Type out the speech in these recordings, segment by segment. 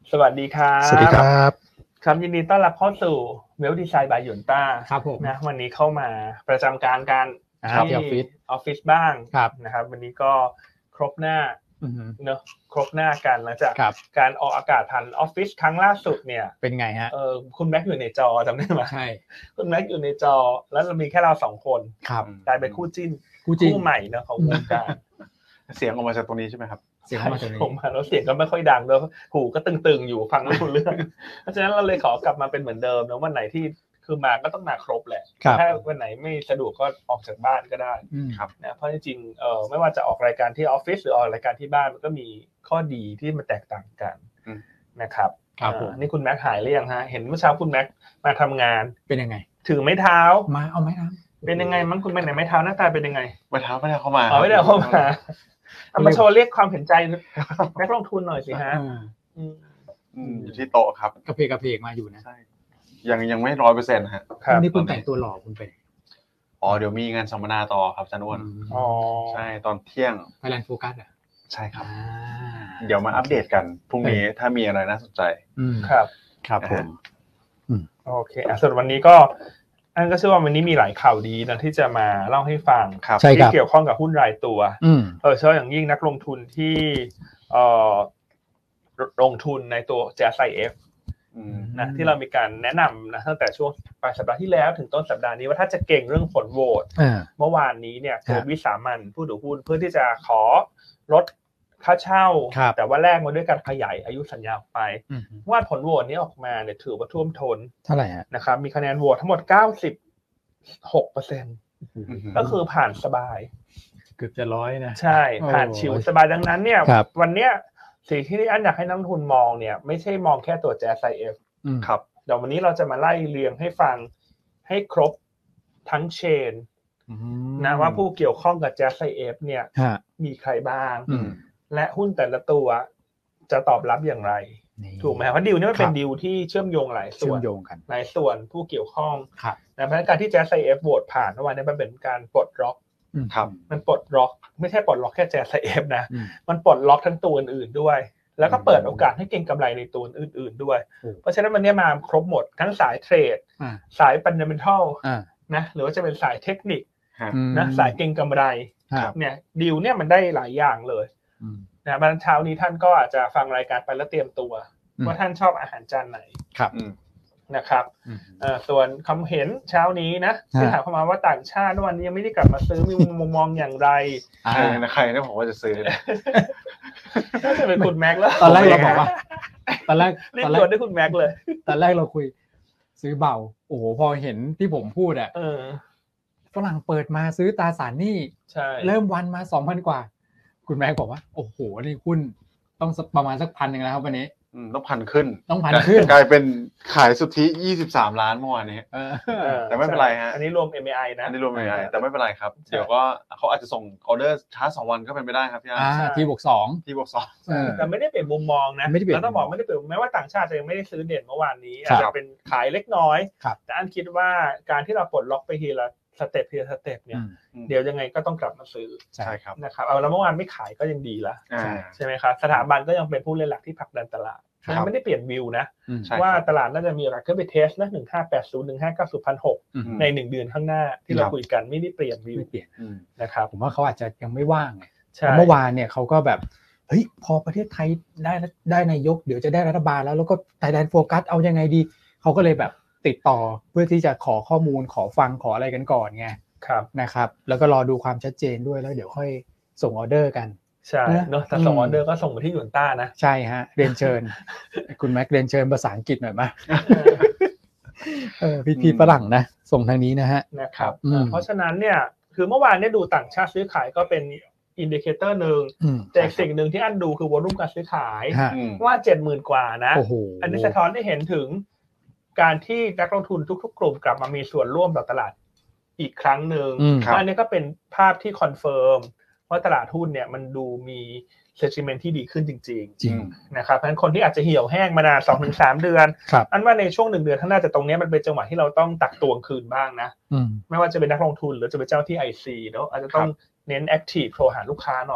สวัสดีครับสวัสดีครับครับยินดีต้อนรับเข้าสู่เวลดีไซน์บายหยวนต้าครับผมนะวันนี้เข้ามาประจำการที่อออฟฟิศบ้างครับนะครับวันนี้ก็ครบหน้าเนอะครบหน้ากันหลังจากครับการออกอากาศผ่านออฟฟิศครั้งล่าสุดเนี่ยเป็นไงฮะคุณแม็กอยู่ในจอจำได้ไหมใช่คุณแม็กอยู่ในจอแล้วเรามีแค่เรา2คนครับกลายเป็นคู่จิ้นคู่ใหม่เนอะของวงการเสียงออกมาจากตรงนี้ใช่ไหมครับเสียงออกมาจากนี้ผมแล้วเสียงก็ไม่ค่อยดังด้วยหูก็ตึงๆอยู่ฟังไม่รู้เรื่องเพราะฉะนั้นเราเลยขอกลับมาเป็นเหมือนเดิมนะวันไหนที่คือมาก็ต้องมาครบแหละถ้าวันไหนไม่สะดวกก็ออกจากบ้านก็ได้นะเพราะจริงๆไม่ว่าจะออกรายการที่ออฟฟิศหรือออกรายการที่บ้านมันก็มีข้อดีที่มันแตกต่างกันนะครับนี่คุณแม็กหายหรือยังฮะเห็นเมื่อเช้าคุณแม็กมาทำงานเป็นยังไงถือไม้เท้ามาเอาไม้เท้าเป็นยังไงมั้งคุณแม็กไหนไม้เท้าหน้าตาเป็นยังไงไม้เท้าไม่ได้เข้ามาไม่ได้เข้ามาเอามาโชว์เรียกความเห็นใจนักลงทุนหน่อยสิฮะอยู่ที่โต๊ะครับกระเพกมาอยู่นะใช่ยังไม่ 100% ฮะนี่คุณแต่งตัวหล่อคุณไปเดี๋ยวมีงานสัมมนาต่อครับจันอ้วนใช่ตอนเที่ยง Thailand Focus อ่ะใช่ครับเดี๋ยวมาอัปเดตกันพรุ่งนี้ถ้ามีอะไรน่าสนใจครับผมโอเคส่วนวันนี้ก็อันก็เชื่อว่าวันนี้มีหลายข่าวดีนะที่จะมาเล่าให้ฟังที่เกี่ยวข้องกับหุ้นรายตัวเฉพาะอย่างยิ่งนักลงทุนที่ลงทุนในตัว JSIF นะที่เรามีการแนะนำนะตั้งแต่ช่วงปลายสัปดาห์ที่แล้วถึงต้นสัปดาห์นี้ว่าถ้าจะเก่งเรื่องผลโหวตเมื่อวานนี้เนี่ยเกิดวิสามัญผู้ถือหุ้นเพื่อที่จะขอลดค่าเช่าแต่ว่าแลกมาด้วยการขยายอายุสัญญาออกไปว่าผลโหวตนี้ออกมาเนี่ยถือว่าท่วมท้นเท่าไหร่ฮะนะครับมีคะแนนโหวตทั้งหมด 96% ก็คือผ่านสบายเกือบจะ100นะใช่ผ่านฉิวสบายดังนั้นเนี่ยวันเนี้ยสิ่งที่อันอยากให้นักลงทุนมองเนี่ยไม่ใช่มองแค่ตัว JSIF ครับเดี๋ยววันนี้เราจะมาไล่เรียงให้ฟังให้ครบทั้งเชนนะว่าผู้เกี่ยวข้องกับ JSIF เนี่ยมีใครบ้างและหุ้นแต่ละตัวจะตอบรับอย่างไรถูกไหมเพราะดีลนี้มันเป็นดีลที่เชื่อมโยงหลายส่วนหลายส่วนผู้เกี่ยวข้องนะเพราะการที่ JSIF โหวตผ่านเมื่อวานนี้มันเป็นการปลดล็อกมันปลดล็อกไม่ใช่ปลดล็อกแค่ JSIF นะมันปลดล็อกทั้งตัวอื่นๆด้วยแล้วก็เปิดโอกาสให้เก็งกำไรในตัวอื่นๆด้วยเพราะฉะนั้นวันนี้มาครบหมดทั้งสายเทรดสาย fundamental นะหรือว่าจะเป็นสายเทคนิคนะสายเก็งกำไรเนี่ยดีลเนี่ยมันได้หลายอย่างเลยนะวันเช้านี้ท่านก็อาจจะฟังรายการไปแล้วเตรียมตัวว่าท่านชอบอาหารจานไหนนะครับส่วนคำเห็นเช้านี้นะที่ถามเข้ามาว่าต่างชาติวันนี้ยังไม่ได้กลับมาซื้อมีมุมมองอย่างไรใครนะผมว่าจะซื้อน่าจะเป็นคุณแม็กแล้วตอนแรกเราบอกว่าตอนแรกด้วยคุณแม็กเลยตอนแรกเราคุยซื้อเบาโอ้โหพอเห็นที่ผมพูดฝรั่งเปิดมาซื้อตราสารหนี้เริ่มวันมา 2,000 กว่าคุณแม็กบอกว่าโอ้โหนี่หุ้นต้องประมาณสัก 1,000 นึงแล้วครับวันนี้ต้อง1,000 ขึ้นกลายเป็นขายสุทธิ23ล้านเมื่อวานนี้แต่ไม่เป็นไรฮะอันนี้รวม MAI นะอันนี้รวม MAI แต่ไม่เป็นไรครับเดี๋ยวก็เขาอาจจะส่งออเดอร์ช้า2วันก็เป็นไปได้ครับพี่ T+2 แต่ไม่ได้เปลี่ยนมุมมองนะแล้วต้องบอกไม่ได้เปลี่ยนแม้ว่าต่างชาติจะยังไม่ได้ซื้อเด่นเมื่อวานนี้อาจจะเป็นขายเล็กน้อยแต่อันคิดว่าการที่เราปลดล็อกไปทีละสเต็ปเนี่ยเดี๋ยวยังไงก็ต้องกลับมาซื้อใช่ครับนะครับแล้วเมื่อวานไม่ขายก็ยังดีละใช่ไหมครับสถาบันก็ยังเป็นผู้เล่นหลักที่ผลักดันตลาดยังไม่ได้เปลี่ยนวิวนะว่าตลาดน่าจะมีโอกาสขึ้นไปเทสนะ1580 1590 ใน1เดือนข้างหน้าที่เราคุยกันไม่ได้เปลี่ยนวิวนะครับผมว่าเขาอาจจะยังไม่ว่างไงเมื่อวานเนี่ยเขาก็แบบเฮ้ยพอประเทศไทยได้นายกเดี๋ยวจะได้รัฐบาลแล้วก็ Thailand Focus เอายังไงดีเขาก็เลยแบบติดต่อเพื่อที่จะขอข้อมูลขอฟังขออะไรกันก่อนไงนะครับแล้วก็รอดูความชัดเจนด้วยแล้วเดี๋ยวค่อยส่งออเดอร์กันใช่เนาะถ้าส่งออเดอร์ก็ส่งมาที่หยวนต้านะใช่ฮะเรียนเชิญคุณแม็กเรียนเชิญภาษาอังกฤษหน่อยมั้ยพี่ฝรั่งนะส่งทางนี้นะฮะนะครับเพราะฉะนั้นเนี่ยคือเมื่อวานเนี่ยดูต่างชาติซื้อขายก็เป็นอินดิเคเตอร์นึงแต่สิ่งนึงที่อันดูคือวอลุ่มการซื้อขายว่า 70,000 กว่านะอันนี้สะท้อนให้เห็นถึงการที่นักลงทุนทุกๆกลุ่มกลับมามีส่วนร่วมต่อตลาดอีกครั้งนึงอันนี้ก็เป็นภาพที่คอนเฟิร์มว่าตลาดหุ้นเนี่ยมันดูมีเซนติเมนต์ที่ดีขึ้นจริงๆนะครับเพราะฉะนั้นคนที่อาจจะเหี่ยวแห้งมานาน 2-3 เดือนอันว่าในช่วง1เดือนข้างหน้าแต่ตรงนี้มันเป็นจังหวะที่เราต้องตักตวงคืนบ้างนะไม่ว่าจะเป็นนักลงทุนหรือจะเป็นเจ้าที่ IC เนาะอาจจะต้องเน้นแอคทีฟโทรหาลูกค้าหน่อย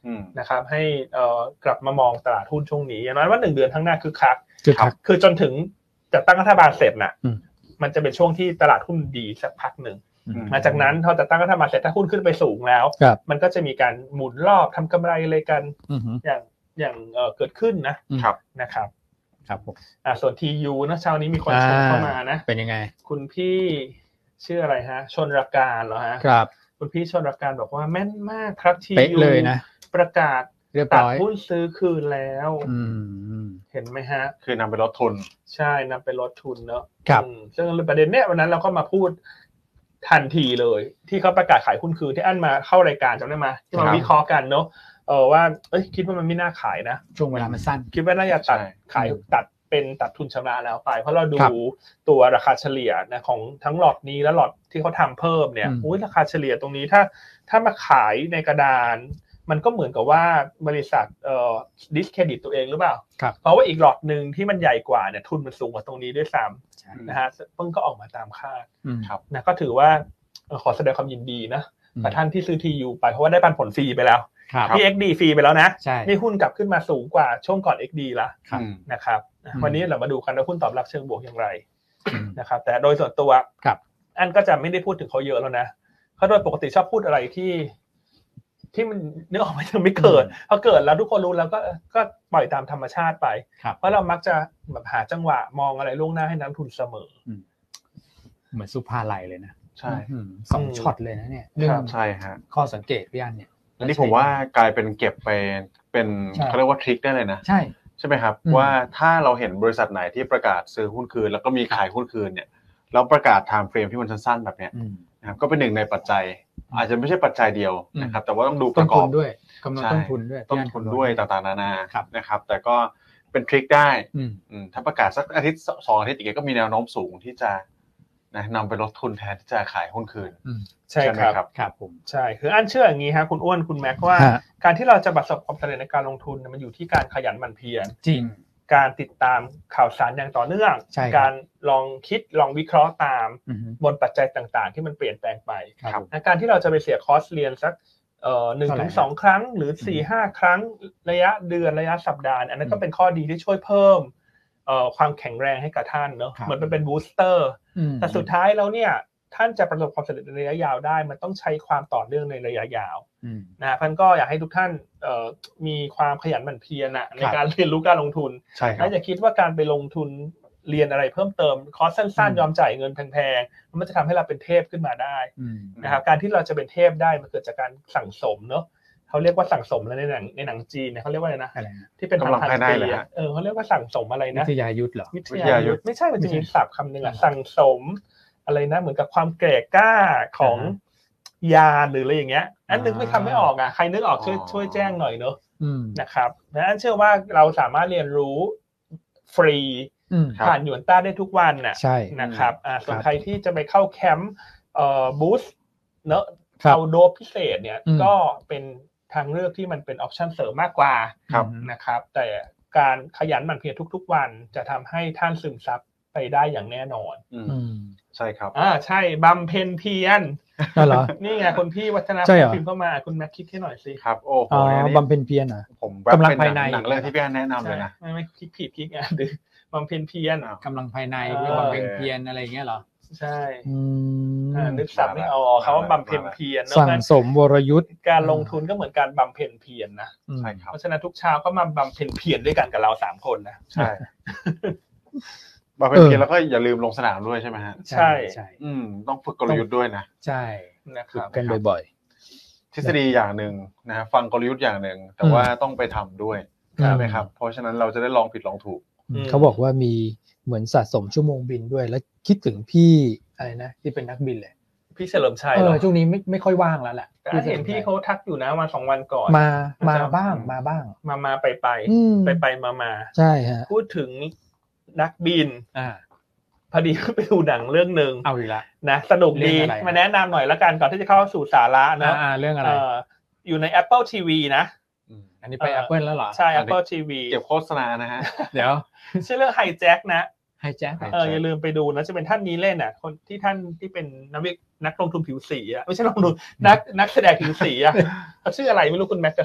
นะครับให้กลับมามองตลาดหุ้นช่วงนี้อย่างน้อยว่า1เดือนข้างหน้าคือคักคือจนถึงจัดตั้งรัฐบาลเสร็จน่ะมันจะเป็นช่วงที่ตลาดหุ้นดีสักพักนึงหลังจากนั้นพอจัดตั้งรัฐบาลเสร็จถ้าหุ้นขึ้นไปสูงแล้วมันก็จะมีการหมุนรอบทำกำไรอะไรกันอย่างเกิดขึ้นนะครับครับผมส่วน TU นะเช้านี้มีคนชมเข้ามานะเป็นยังไงคุณพี่ชื่ออะไรฮะชนรการเหรอฮะครับคุณพี่ชนรการบอกว่าแม่นมากครับ TU เลยนะประกาศตัดหุ้นซื้อคืนแล้วเห็นไหมฮะคือนำไปลดทุนใช่นำไปลดทุนเนอะซึ่งประเด็นเนี้ยวันนั้นเราก็มาพูดทันทีเลยที่เขาประกาศขายหุ้นคืนที่อั้นมาเข้ารายการจำได้ไหมที่มาวิเคราะห์กันเนอะว่าคิดว่ามันไม่น่าขายนะช่วงเวลามันสั้นคิดว่าน่าจะตัดทุนชำระแล้วไปเพราะเราดูตัวราคาเฉลี่ยนะของทั้งหลอดนี้และหลอดที่เขาทำเพิ่มเนี่ยราคาเฉลี่ยตรงนี้ถ้ามาขายในกระดานมันก็เหมือนกับว่าบริษัทดิสเครดิตตัวเองหรือเปล่าเพราะว่าอีกหลอดนึงที่มันใหญ่กว่าเนี่ยทุนมันสูงกว่าตรงนี้ด้วยซ้ำนะฮะเพิ่งก็ออกมาตามคาดนะก็ถือว่าขอแสดงความยินดีนะกับท่านที่ซื้อ TU ไปเพราะว่าได้ปันผลฟรีไปแล้วที่ XD ฟรีไปแล้วนะนี่หุ้นกลับขึ้นมาสูงกว่าช่วงก่อน XD ละนะครับวันนี้เรามาดูกันว่าหุ้นตอบรับเชิงบวกอย่างไรนะครับแต่โดยส่วนตัวอันก็จะไม่ได้พูดถึงเขาเยอะแล้วนะเขาโดยปกติชอบพูดอะไรที่มันนึกออกไม่ถึงไม่เกิดพอเกิดแล้วทุกคนรู้แล้วก็ปล่อยตามธรรมชาติไปเพราะเรามักจะแบบหาจังหวะมองอะไรล่วงหน้าให้นักทุนเสมอเหมือนสุภาลัยเลยนะใช่ 2ช็อตเลยนะเนี่ยใช่ฮะข้อสังเกตพี่อันเนี่ยอันนี้ผมว่ากลายเป็นเก็บไปเป็นเขาเรียกว่าทริคได้เลยนะใช่ไหมครับว่าถ้าเราเห็นบริษัทไหนที่ประกาศซื้อหุ้นคืนแล้วก็มีขายหุ้นคืนเนี่ยแล้วประกาศไทม์เฟรมที่มันสั้นๆแบบเนี้ยนะครับก็เป็นหนึ่งในปัจจัยอาจจะไม่ใช่ปัจจัยเดียวนะครับแต่ว่าต้องดูประกอบด้วยกำหนดต้นทุนด้วยต่างๆนานานะครับแต่ก็เป็นทริคได้ถ้าประกาศสักอาทิตย์2อาทิตย์อีกก็มีแนวโน้มสูงที่จะนำไปลดทุนแทนที่จะขายหุ้นคืนใช่ครับครับผมใช่คืออันเชื่ออย่างนี้ฮะคุณอ้วนคุณแม็กว่าการที่เราจะประสบความสำเร็จในการลงทุนมันอยู่ที่การขยันหมั่นเพียรจริงการติดตามข่าวสารอย่างต่อเนื่องการลองคิดลองวิเคราะห์ตามบนปัจจัยต่างๆที่มันเปลี่ยนแปลงไปการที่เราจะไปเสียคอร์สเรียนสัก1-2 ครั้งหรือ 4-5 ครั้งระยะเดือนระยะสัปดาห์อันนั้นก็เป็นข้อดีที่ช่วยเพิ่มความแข็งแรงให้กับท่านเนอะเหมือนเป็นบูสเตอร์แต่สุดท้ายแล้วเนี่ยท่านจะประสบความสำเร็จในระยะยาวได้มันต้องใช้ความต่อเนื่องในระยะยาวนะพันก็อยากให้ทุกท่านมีความขยันหมั่นเพียรในการเรียนรู้การลงทุนและอย่าคิดว่าการไปลงทุนเรียนอะไรเพิ่มเติมคอร์สสั้นๆยอมจ่ายเงินแพงๆมันจะทำให้เราเป็นเทพขึ้นมาได้นะครับการที่เราจะเป็นเทพได้มันเกิดจากการสั่งสมเนอะเขาเรียกว่าสั่งสมแล้วในหนังจีนเนี่ยเขาเรียกว่าอะไรนะที่เป็นพันปีเขาเรียกว่าสั่งสมอะไรนะวิทยายุทธเหรอวิทยายุทธไม่ใช่มันจะมีศัพท์คำหนึ่งอะสั่งสมอะไรนะเหมือนกับความแก่กล้าของยาหรืออะไรอย่างเงี้ยอันนึกไม่ทำไม่ออกอ่ะใครนึกออกช่วยแจ้งหน่อยเนอะนะครับและอันเชื่อว่าเราสามารถเรียนรู้ฟรีผ่านหยวนต้าได้ทุกวันน่ะนะครับส่วนใครที่จะไปเข้าแคมป์บูสต์เนอะเอาโดปพิเศษเนี่ยก็เป็นทางเลือกที่มันเป็นออปชั่นเสริมมากกว่านะครับแต่การขยันหมั่นเพียรทุกๆวันจะทำให้ท่านซึมซับไปได้อย่างแน่นอนใช่ครับใช่บำเพ็ญเพียรนี่ไงคนพี่วัฒนาพิมพ์เข้ามาคุณแม็กคิดให้หน่อยสิครับโอ้โหบำเพ็ญเพียรผมกำลังภายในหนังเรื่องที่พี่อันแนะนำเลยนะไม่คลิกผิดคลิกดื้อบำเพ็ญเพียรกำลังภายในบำเพ็ญเพียรอะไรอย่างเงี้ยเหรอใช่นึกศัพท์ไม่ออกคำว่าบำเพ็ญเพียรสั่งสมวรยุทธ์การลงทุนก็เหมือนการบำเพ็ญเพียรนะใช่ครับเพราะฉะนั้นทุกเช้าก็มาบำเพ็ญเพียรด้วยกันกับเรา3คนนะใช่บำเพ็ญเพียรแล้วก็อย่าลืมลงสนามด้วยใช่ไหมฮะใช่ต้องฝึกกลยุทธ์ด้วยนะใช่นะครับกันบ่อยๆทฤษฎีอย่างหนึ่งนะฟังกลยุทธ์อย่างหนึ่งแต่ว่าต้องไปทำด้วยใช่ไหมครับเพราะฉะนั้นเราจะได้ลองผิดลองถูกเขาบอกว่ามีเหมือนสะสมชั่วโมงบินด้วยแล้วคิดถึงพี่อะไรนะที่เป็นนักบินเลยพี่เฉลิมชัยช่วงนี้ไม่ค่อยว่างแล้วแหละเห็นพี่เขาทักอยู่นะวัน2 วันก่อนมาบ้างมาไปมาใช่ฮะพูดถึงนักบินพอดีไปดูหนังเรื่องนึงเอาอีกละนะสนุกดีมาแนะนำหน่อยละกันก่อนที่จะเข้าสู่สาระนะเรื่องอะไรอยู่ใน Apple TV นะอันนี้ไป Apple แล้วเหรอใช่ Apple TV เก็บโฆษณานะฮะเดี๋ยวชื่อเรื่อง Hijack นะ Hijack อย่าลืมไปดูนะจะเป็นท่านนี้เล่นอ่ะคนที่ท่านที่เป็นนักลงทุนผิวสีอ่ะไม่ใช่ลงทุนนักแสดงผิวสีอ่ะเขาชื่ออะไรไม่รู้คุณแม็กจะสนุก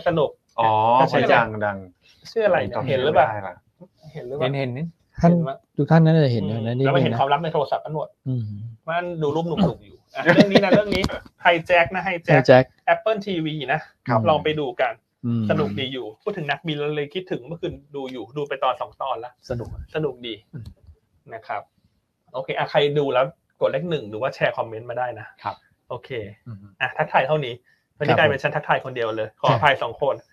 อ๋อใช่ดังชื่ออะไรเห็นหรือเปล่าเห็นท่านทุกท่านน่าจะเห็นนะนี่แล้วไม่เห็นความลับในโทรศัพท์กันหมดมันดูรูปหนุ่มๆอยู่เรื่องนี้ไฮแจ็คนะไฮแจ็ค Apple TV นะลองไปดูกันสนุกดีอยู่พูดถึงนักบินแล้วเลยคิดถึงเมื่อคืนดูไปตอน2 ตอนแล้วสนุกดีนะครับโอเคใครดูแล้วกดเลข1หรือว่าแชร์คอมเมนต์มาได้นะครับโอเคทักทายเท่านี้วันนี้กลายเป็นฉันทักทายคนเดียวเลยขออภัย2 คน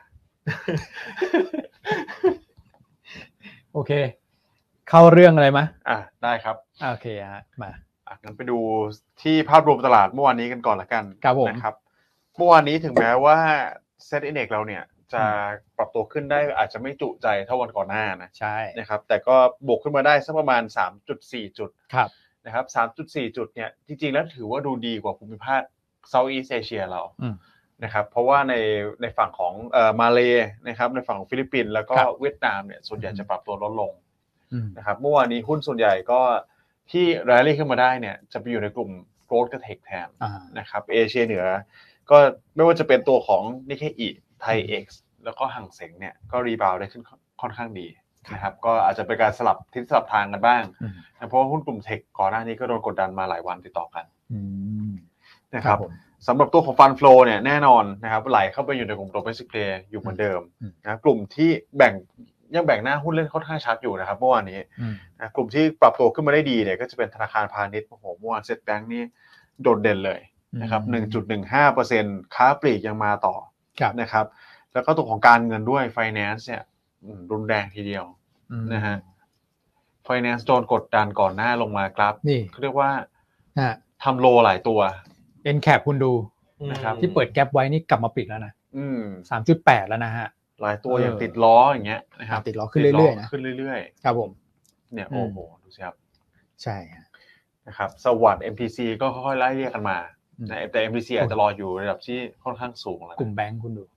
โอเคเข้าเรื่องอะไรมั้ยได้ครับโอเคมางั้นไปดูที่ภาพรวมตลาดเมื่อวานนี้กันก่อนละกันนะครับเมื่อวานนี้ถึงแม้ว่าเซ็ตอินเด็กซ์เราเนี่ยจะปรับตัวขึ้นได้อาจจะไม่จุใจเท่าวันก่อนหน้านะใช่นะครับแต่ก็บวกขึ้นมาได้สักประมาณ 3.4 จุดครับนะครับ 3.4 จุดเนี่ยจริงๆแล้วถือว่าดูดีกว่าภูมิภาคเซาท์อีสต์เอเชียเรานะครับเพราะว่าในฝั่งของมาเลย์นะครับในฝั่งของฟิลิปปินส์แล้วก็เวียดนามเนี่ยส่วนใหญ่จะปรับตัวลดลงนะครับเมื่อวานนี้หุ้นส่วนใหญ่ก็ที่แรลลี่ขึ้นมาได้เนี่ยจะไปอยู่ในกลุ่มโกลด์กับเทคแทนนะครับเอเชียเหนือก็ไม่ว่าจะเป็นตัวของนิเคอิไทยเอ็กซ์แล้วก็หั่งเส็งเนี่ยก็รีบาวได้ขึ้นค่อนข้างดีนะครับก็อาจจะเป็นการสลับทิศสลับทางกันบ้างเพราะว่าหุ้นกลุ่มเทคก่อนหน้านี้ก็โดนกดดันมาหลายวันติดต่อกันนะครับสำหรับตัวของฟันโฟลเนี่ยแน่นอนนะครับไหลเข้าไปอยู่ในกลุ่ม domestic play อยู่เหมือนเดิมนะกลุ่มที่ยังแบ่งหน้าหุ้นเล่นค่อนข้างชัดอยู่นะครับเมื่อวานนี้นะกลุ่มที่ปรับตัวขึ้นมาได้ดีเนี่ยก็จะเป็นธนาคารพาณิชย์โอ้โหเมื่อวานเซ็ตแบงค์นี่โดดเด่นเลยนะครับ 1.15% ค้าปลีกยังมาต่อนะครับแล้วก็ตัวของการเงินด้วย finance เนี่ยรุนแรงทีเดียวนะฮะ finance โดนกดดันก่อนหน้าลงมากราฟเขาเรียกว่าทำโลหลายตัว NCAP คุณดูนะครับที่เปิดแก๊ปไว้นี่กลับมาปิดแล้วนะ3.8 แล้วนะฮะหลายตัวอย่างติดล้ออย่างเงี้ยนะครับติดล้อขึ้นเรื่อยๆนะขึ้นเรื่อยๆครับผมเนี่ยโอ้โหดูสิครับใช่นะครับสวัสดิ์ MTC ก็ค่อยๆไล่เรียกกันมาแต่ MTC อาจจะรออยู่ระดับที่ค่อนข้างสูงแล้วกลุ่มแบงค์คุณดู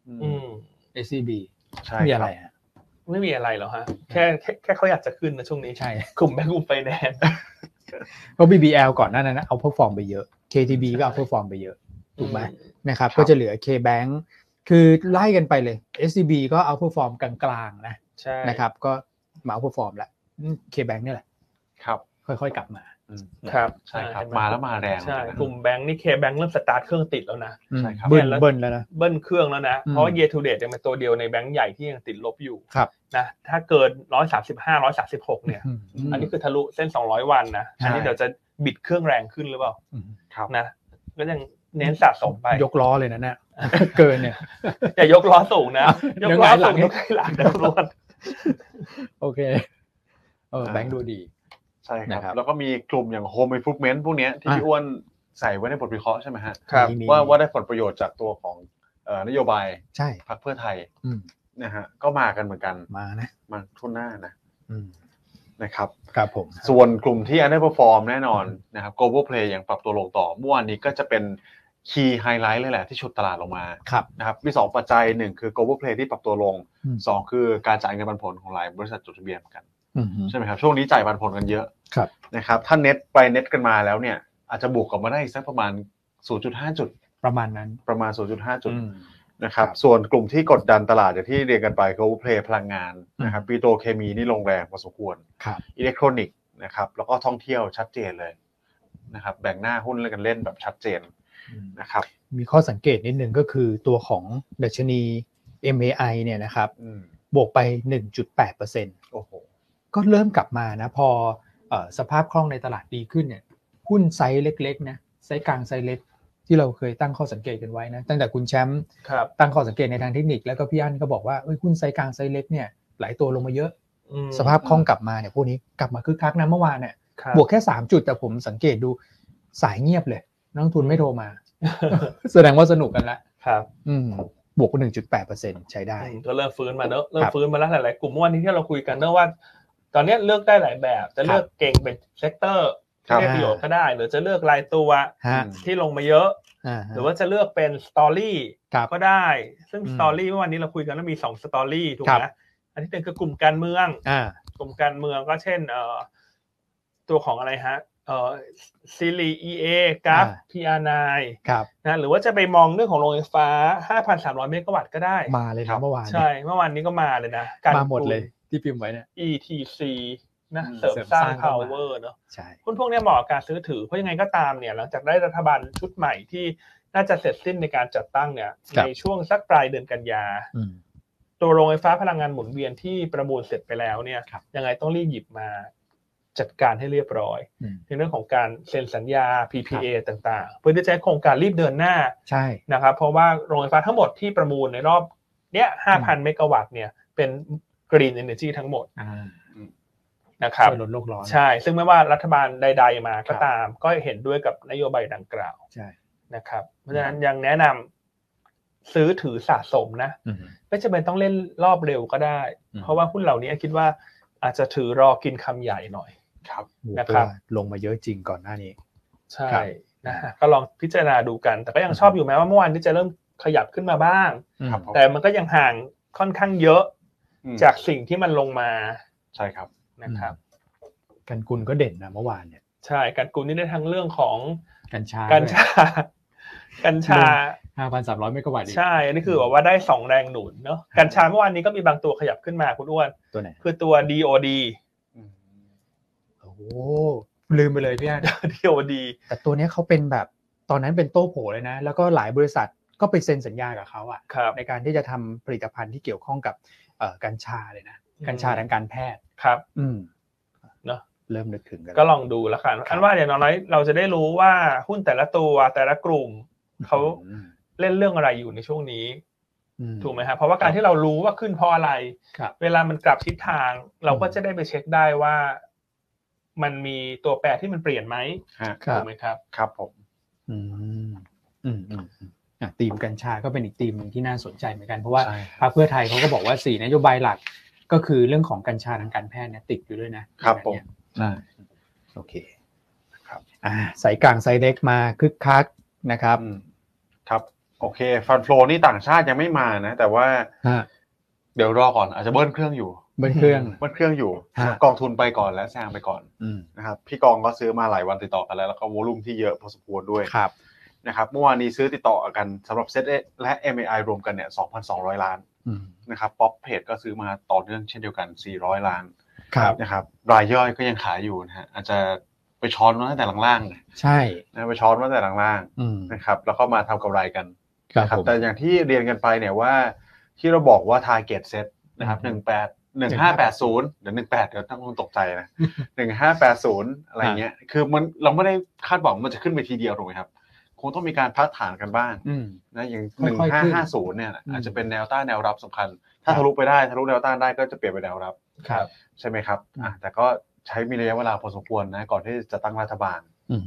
SCB ใช่มีอะไรฮะไม่มีอะไรหรอกฮะแค่เขาอยากจะขึ้นนะช่วงนี้ใช่กลุ่มแบงก์กลุ่มไฟแนนซ์เพราะ BBL ก่อนหน้านั้นเอาเพอร์ฟอร์มไปเยอะ KTB ก็เอาเพอร์ฟอร์มไปเยอะถูกไหมนะครับก็จะเหลือ KBank คือไล่กันไปเลย SCB ก็เอาเพอร์ฟอร์มกลางๆนะนะครับก็มาเอาเพอร์ฟอร์มแล้ว KBank นี่แหละครับค่อยๆกลับมาครับใช่ครับมาแล้วมาแรงใช่กลุ่มแบงค์นี่ KBank เริ่มสตาร์ทเครื่องติดแล้วนะใช่ครับเบิ้ลแล้วนะเบิ้ลเครื่องแล้วนะเพราะ year to date ยังเป็นตัวเดียวในแบงค์ใหญ่ที่ยังติดลบอยู่นะถ้าเกิน135 136เนี่ยอันนี้คือทะลุเส้น200วันนะอันนี้เดี๋ยวจะบิดเครื่องแรงขึ้นหรือเปล่านะก็ยังเน้นสะสมไปยกล้อเลยนะเนี่ยเกินเนี่ยอย่ายกล้อสูงนะยกล้อสูงยกหลังตำรวจโอเคแบงค์ดูดีใช่ครับแล้วก็มีกลุ่มอย่าง Home Improvement พวกนี้ที่พี่อ้วนใส่ไว้ในบทวิเคราะห์ใช่ไหมฮะว่าได้ผลประโยชน์จากตัวของนโยบายพรรคเพื่อไทยนะฮะก็มากันเหมือนกันมาทุ่นหน้านะครับครับผมส่วนกลุ่มที่ underperform แน่นอนนะครับ Global Play ยังปรับตัวลงต่อเมื่อวานนี้ก็จะเป็น key highlight เลยแหละที่ฉุดตลาดลงมานะครับมี2ปัจจัย1คือ Global Play ที่ปรับตัวลง2คือการจ่ายเงินปันผลของหลายบริษัทจดทะเบียนเหมือนกันใช่ไหมครับช่วงนี้จ่ายปันผลกันเยอะนะครับถ้าเน็ตไปเน็ตกันมาแล้วเนี่ยอาจจะบวกกลับมาได้สักประมาณ 0.5 จุดประมาณนั้นประมาณ 0.5 จุดนะครับส่วนกลุ่มที่กดดันตลาดอย่างที่เรียนกันไป Global Play พลังงานนะครับปิโตรเคมีนี่ลงแรงพอสมควรอิเล็กทรอนิกส์นะครับแล้วก็ท่องเที่ยวชัดเจนเลยนะครับแบ่งหน้าหุ้นเล่นกันเล่นแบบชัดเจนนะครับมีข้อสังเกตนิดนึงก็คือตัวของดัชนี MAI เนี่ยนะครับบวกไป 1.8% โอ้โหก็เริ่มกลับมานะพอสภาพคล่องในตลาดดีขึ้นเนี่ยหุ้นไซส์เล็กๆนะไซส์กลางไซส์เล็กที่เราเคยตั้งข้อสังเกตกันไว้นะตั้งแต่คุณแชมป์ตั้งข้อสังเกตในทางเทคนิคแล้วก็พี่อั้นก็บอกว่าหุ้นไซส์กลางไซส์เล็กเนี่ยหลายตัวลงมาเยอะสภาพคล่องกลับมาเนี่ยพวกนี้กลับมาคึกคักนะเมื่อวานเนี่ยบวกแค่3จุดแต่ผมสังเกตดูสายเงียบเลยนักลงทุนไม่โทรมา แสดงว่าสนุกกันแล้วครับบวก 1.8% ใช้ได้ก็เริ่มฟื้นมาเนอะเริ่มฟื้นมาแล้วหลายๆกลุ่มเมื่อวานนี้ที่เราคุยกันเนอะว่าตอนนี้เลือกได้หลายแบบจะเลือกเก่งเป็นเซกเตอร์ที่ได้ประโยชน์ก็ได้หรือจะเลือกรายตัวที่ลงมาเยอะหรือว่าจะเลือกเป็นสตอรี่ก็ได้ซึ่งสตอรี่เมื่อวานนี้เราคุยกันแล้วมี2สตอรี่ถูกไหมอันที่1คือกลุ่มการเมืองกลุ่มการเมืองก็เช่นตัวของอะไรฮะซีรี EA กราฟ PR9 ครับนะหรือว่าจะไปมองเรื่องของโรงไฟฟ้า 5,300 เมกะวัตต์ก็ได้มาเลยนะเมื่อวานใช่เมื่อวานนี้ก็มาเลยนะมาหมดเลยที่พิมพ์ไว้เนี่ย ETC นะเสริมสร้าง power เนาะใช่หุ้นพวกนี้เหมาะกับการซื้อถือเพราะยังไงก็ตามเนี่ยหลังจากได้รัฐบาลชุดใหม่ที่น่าจะเสร็จสิ้นในการจัดตั้งเนี่ยในช่วงสักปลายเดือนกันยาตัวโรงไฟฟ้าพลังงานหมุนเวียนที่ประมูลเสร็จไปแล้วเนี่ยยังไงต้องรีบหยิบมาจัดการให้เรียบร้อยในเรื่องของการเซ็นสัญญา PPA ต่างๆเพื่อที่จะให้โครงการรีบเดินหน้าใช่นะครับเพราะว่าโรงไฟฟ้าทั้งหมดที่ประมูลในรอบเนี้ย 5,000 เมกะวัตต์เนี่ยเป็น Green Energy ทั้งหมดนะครับลดโลกร้อนใช่ซึ่งไม่ว่ารัฐบาลใดๆมาก็ตามก็เห็นด้วยกับนโยบายดังกล่าวใช่นะครับเพราะฉะนั้นยังแนะนำซื้อถือสะสมนะไม่จำเป็นต้องเล่นรอบเร็วก็ได้เพราะว่าหุ้นเหล่านี้คิดว่าอาจจะถือรอกินคำใหญ่หน่อยนะครับลงมาเยอะจริงก่อนหน้านี้ใช่นะฮะก็ลองพิจารณาดูกันแต่ก็ยังชอบอยู่แม้ว่าเมื่อวานนี้จะเริ่มขยับขึ้นมาบ้างแต่มันก็ยังห่างค่อนข้างเยอะจากสิ่งที่มันลงมาใช่ครับนะครับกันกุลก็เด่นนะเมื่อวานเนี่ยใช่กันกุลนี่ได้ทั้งเรื่องของกัญชา 5,300 เมกะวัตต์ใช่อันนี้คือว่าได้2แรงหนุนเนาะกัญชาเมื่อวานนี้ก็มีบางตัวขยับขึ้นมาคุณอ้วนตัวไหนคือตัว DOD โอ้ลืมไปเลยพี่อาร์ DOD แต่ตัวนี้เขาเป็นแบบตอนนั้นเป็นโต้โผเลยนะแล้วก็หลายบริษัทก็ไปเซ็นสัญญากับเขาอ่ะในการที่จะทำผลิตภัณฑ์ที่เกี่ยวข้องกับกัญชาเลยนะกัญชาทางการแพทย์ครับเนาะเริ่มนึกถึงกันก็ลองดูแล้วกันอันว่าอย่างน้อยเราจะได้รู้ว่าหุ้นแต่ละตัวแต่ละกลุ่มเขาเล่นเรื่องอะไรอยู่ในช่วงนี้ถูกไหมครับเพราะว่าการที่เรารู้ว่าขึ้นเพราะอะไรเวลามันกลับทิศทางเราก็จะได้ไปเช็คได้ว่ามันมีตัวแปรที่มันเปลี่ยนไหมถูกไหมครับครับผมธีมกัญชาก็เป็นอีกธีมนึงที่น่าสนใจเหมือนกันเพราะว่าพรรคเพื่อไทยเขาก็บอกว่า4นโยบายหลักก็คือเรื่องของกัญชาทางการแพทย์เนี่ยติดอยู่ด้วยนะครับผมใช่โอเคครับสายกลางสายเล็กมาคึกคักนะครับครับโอเคฟันโฟลนี่ต่างชาติยังไม่มานะแต่ว่าเดี๋ยวรอก่อนอาจจะเบิ้ลเครื่องอยู่เบิ้ลเครื่องอยู่กองทุนไปก่อนและแซงไปก่อนนะครับพี่กองก็ซื้อมาหลายวันติดต่อกันแล้วก็วอลุ่มที่เยอะพอสมควรด้วยนะครับเมื่อวานนี้ซื้อติดต่อกันสำหรับเซตและ MAI รวมกันเนี่ย 2,200 ล้านนะครับป๊อปเพจก็ซื้อมาต่อเนื่องเช่นเดียวกัน400ล้านนะครับรายย่อยก็ยังขายอยู่นะฮะอาจจะไปช้อนมาตั้งแต่ล่างๆใช่นะไปช้อนมาตั้งแต่ล่างๆนะครับแล้วก็มาทำกำไรกันนะครับแต่อย่างที่เรียนกันไปเนี่ยว่าที่เราบอกว่า target set นะครับ1580เดี๋ยว18เดี๋ยวต้องตกใจนะ1580อะไรเงี้ยคือมันเราไม่ได้คาดหวังมันจะขึ้นไปทีเดียวถูกไหมครับคงต้องมีการพักฐานกันบ้างนะอย่าง1550เนี่ยอาจจะเป็นแนวต้านแนวรับสำคัญถ้าทะลุไปได้ทะลุแนวต้านได้ก็จะเปลี่ยนเป็นแนวรับใช่ไหมครับแต่ก็ใช้มีระยะเวลาพอสมควรนะก่อนที่จะตั้งรัฐบาล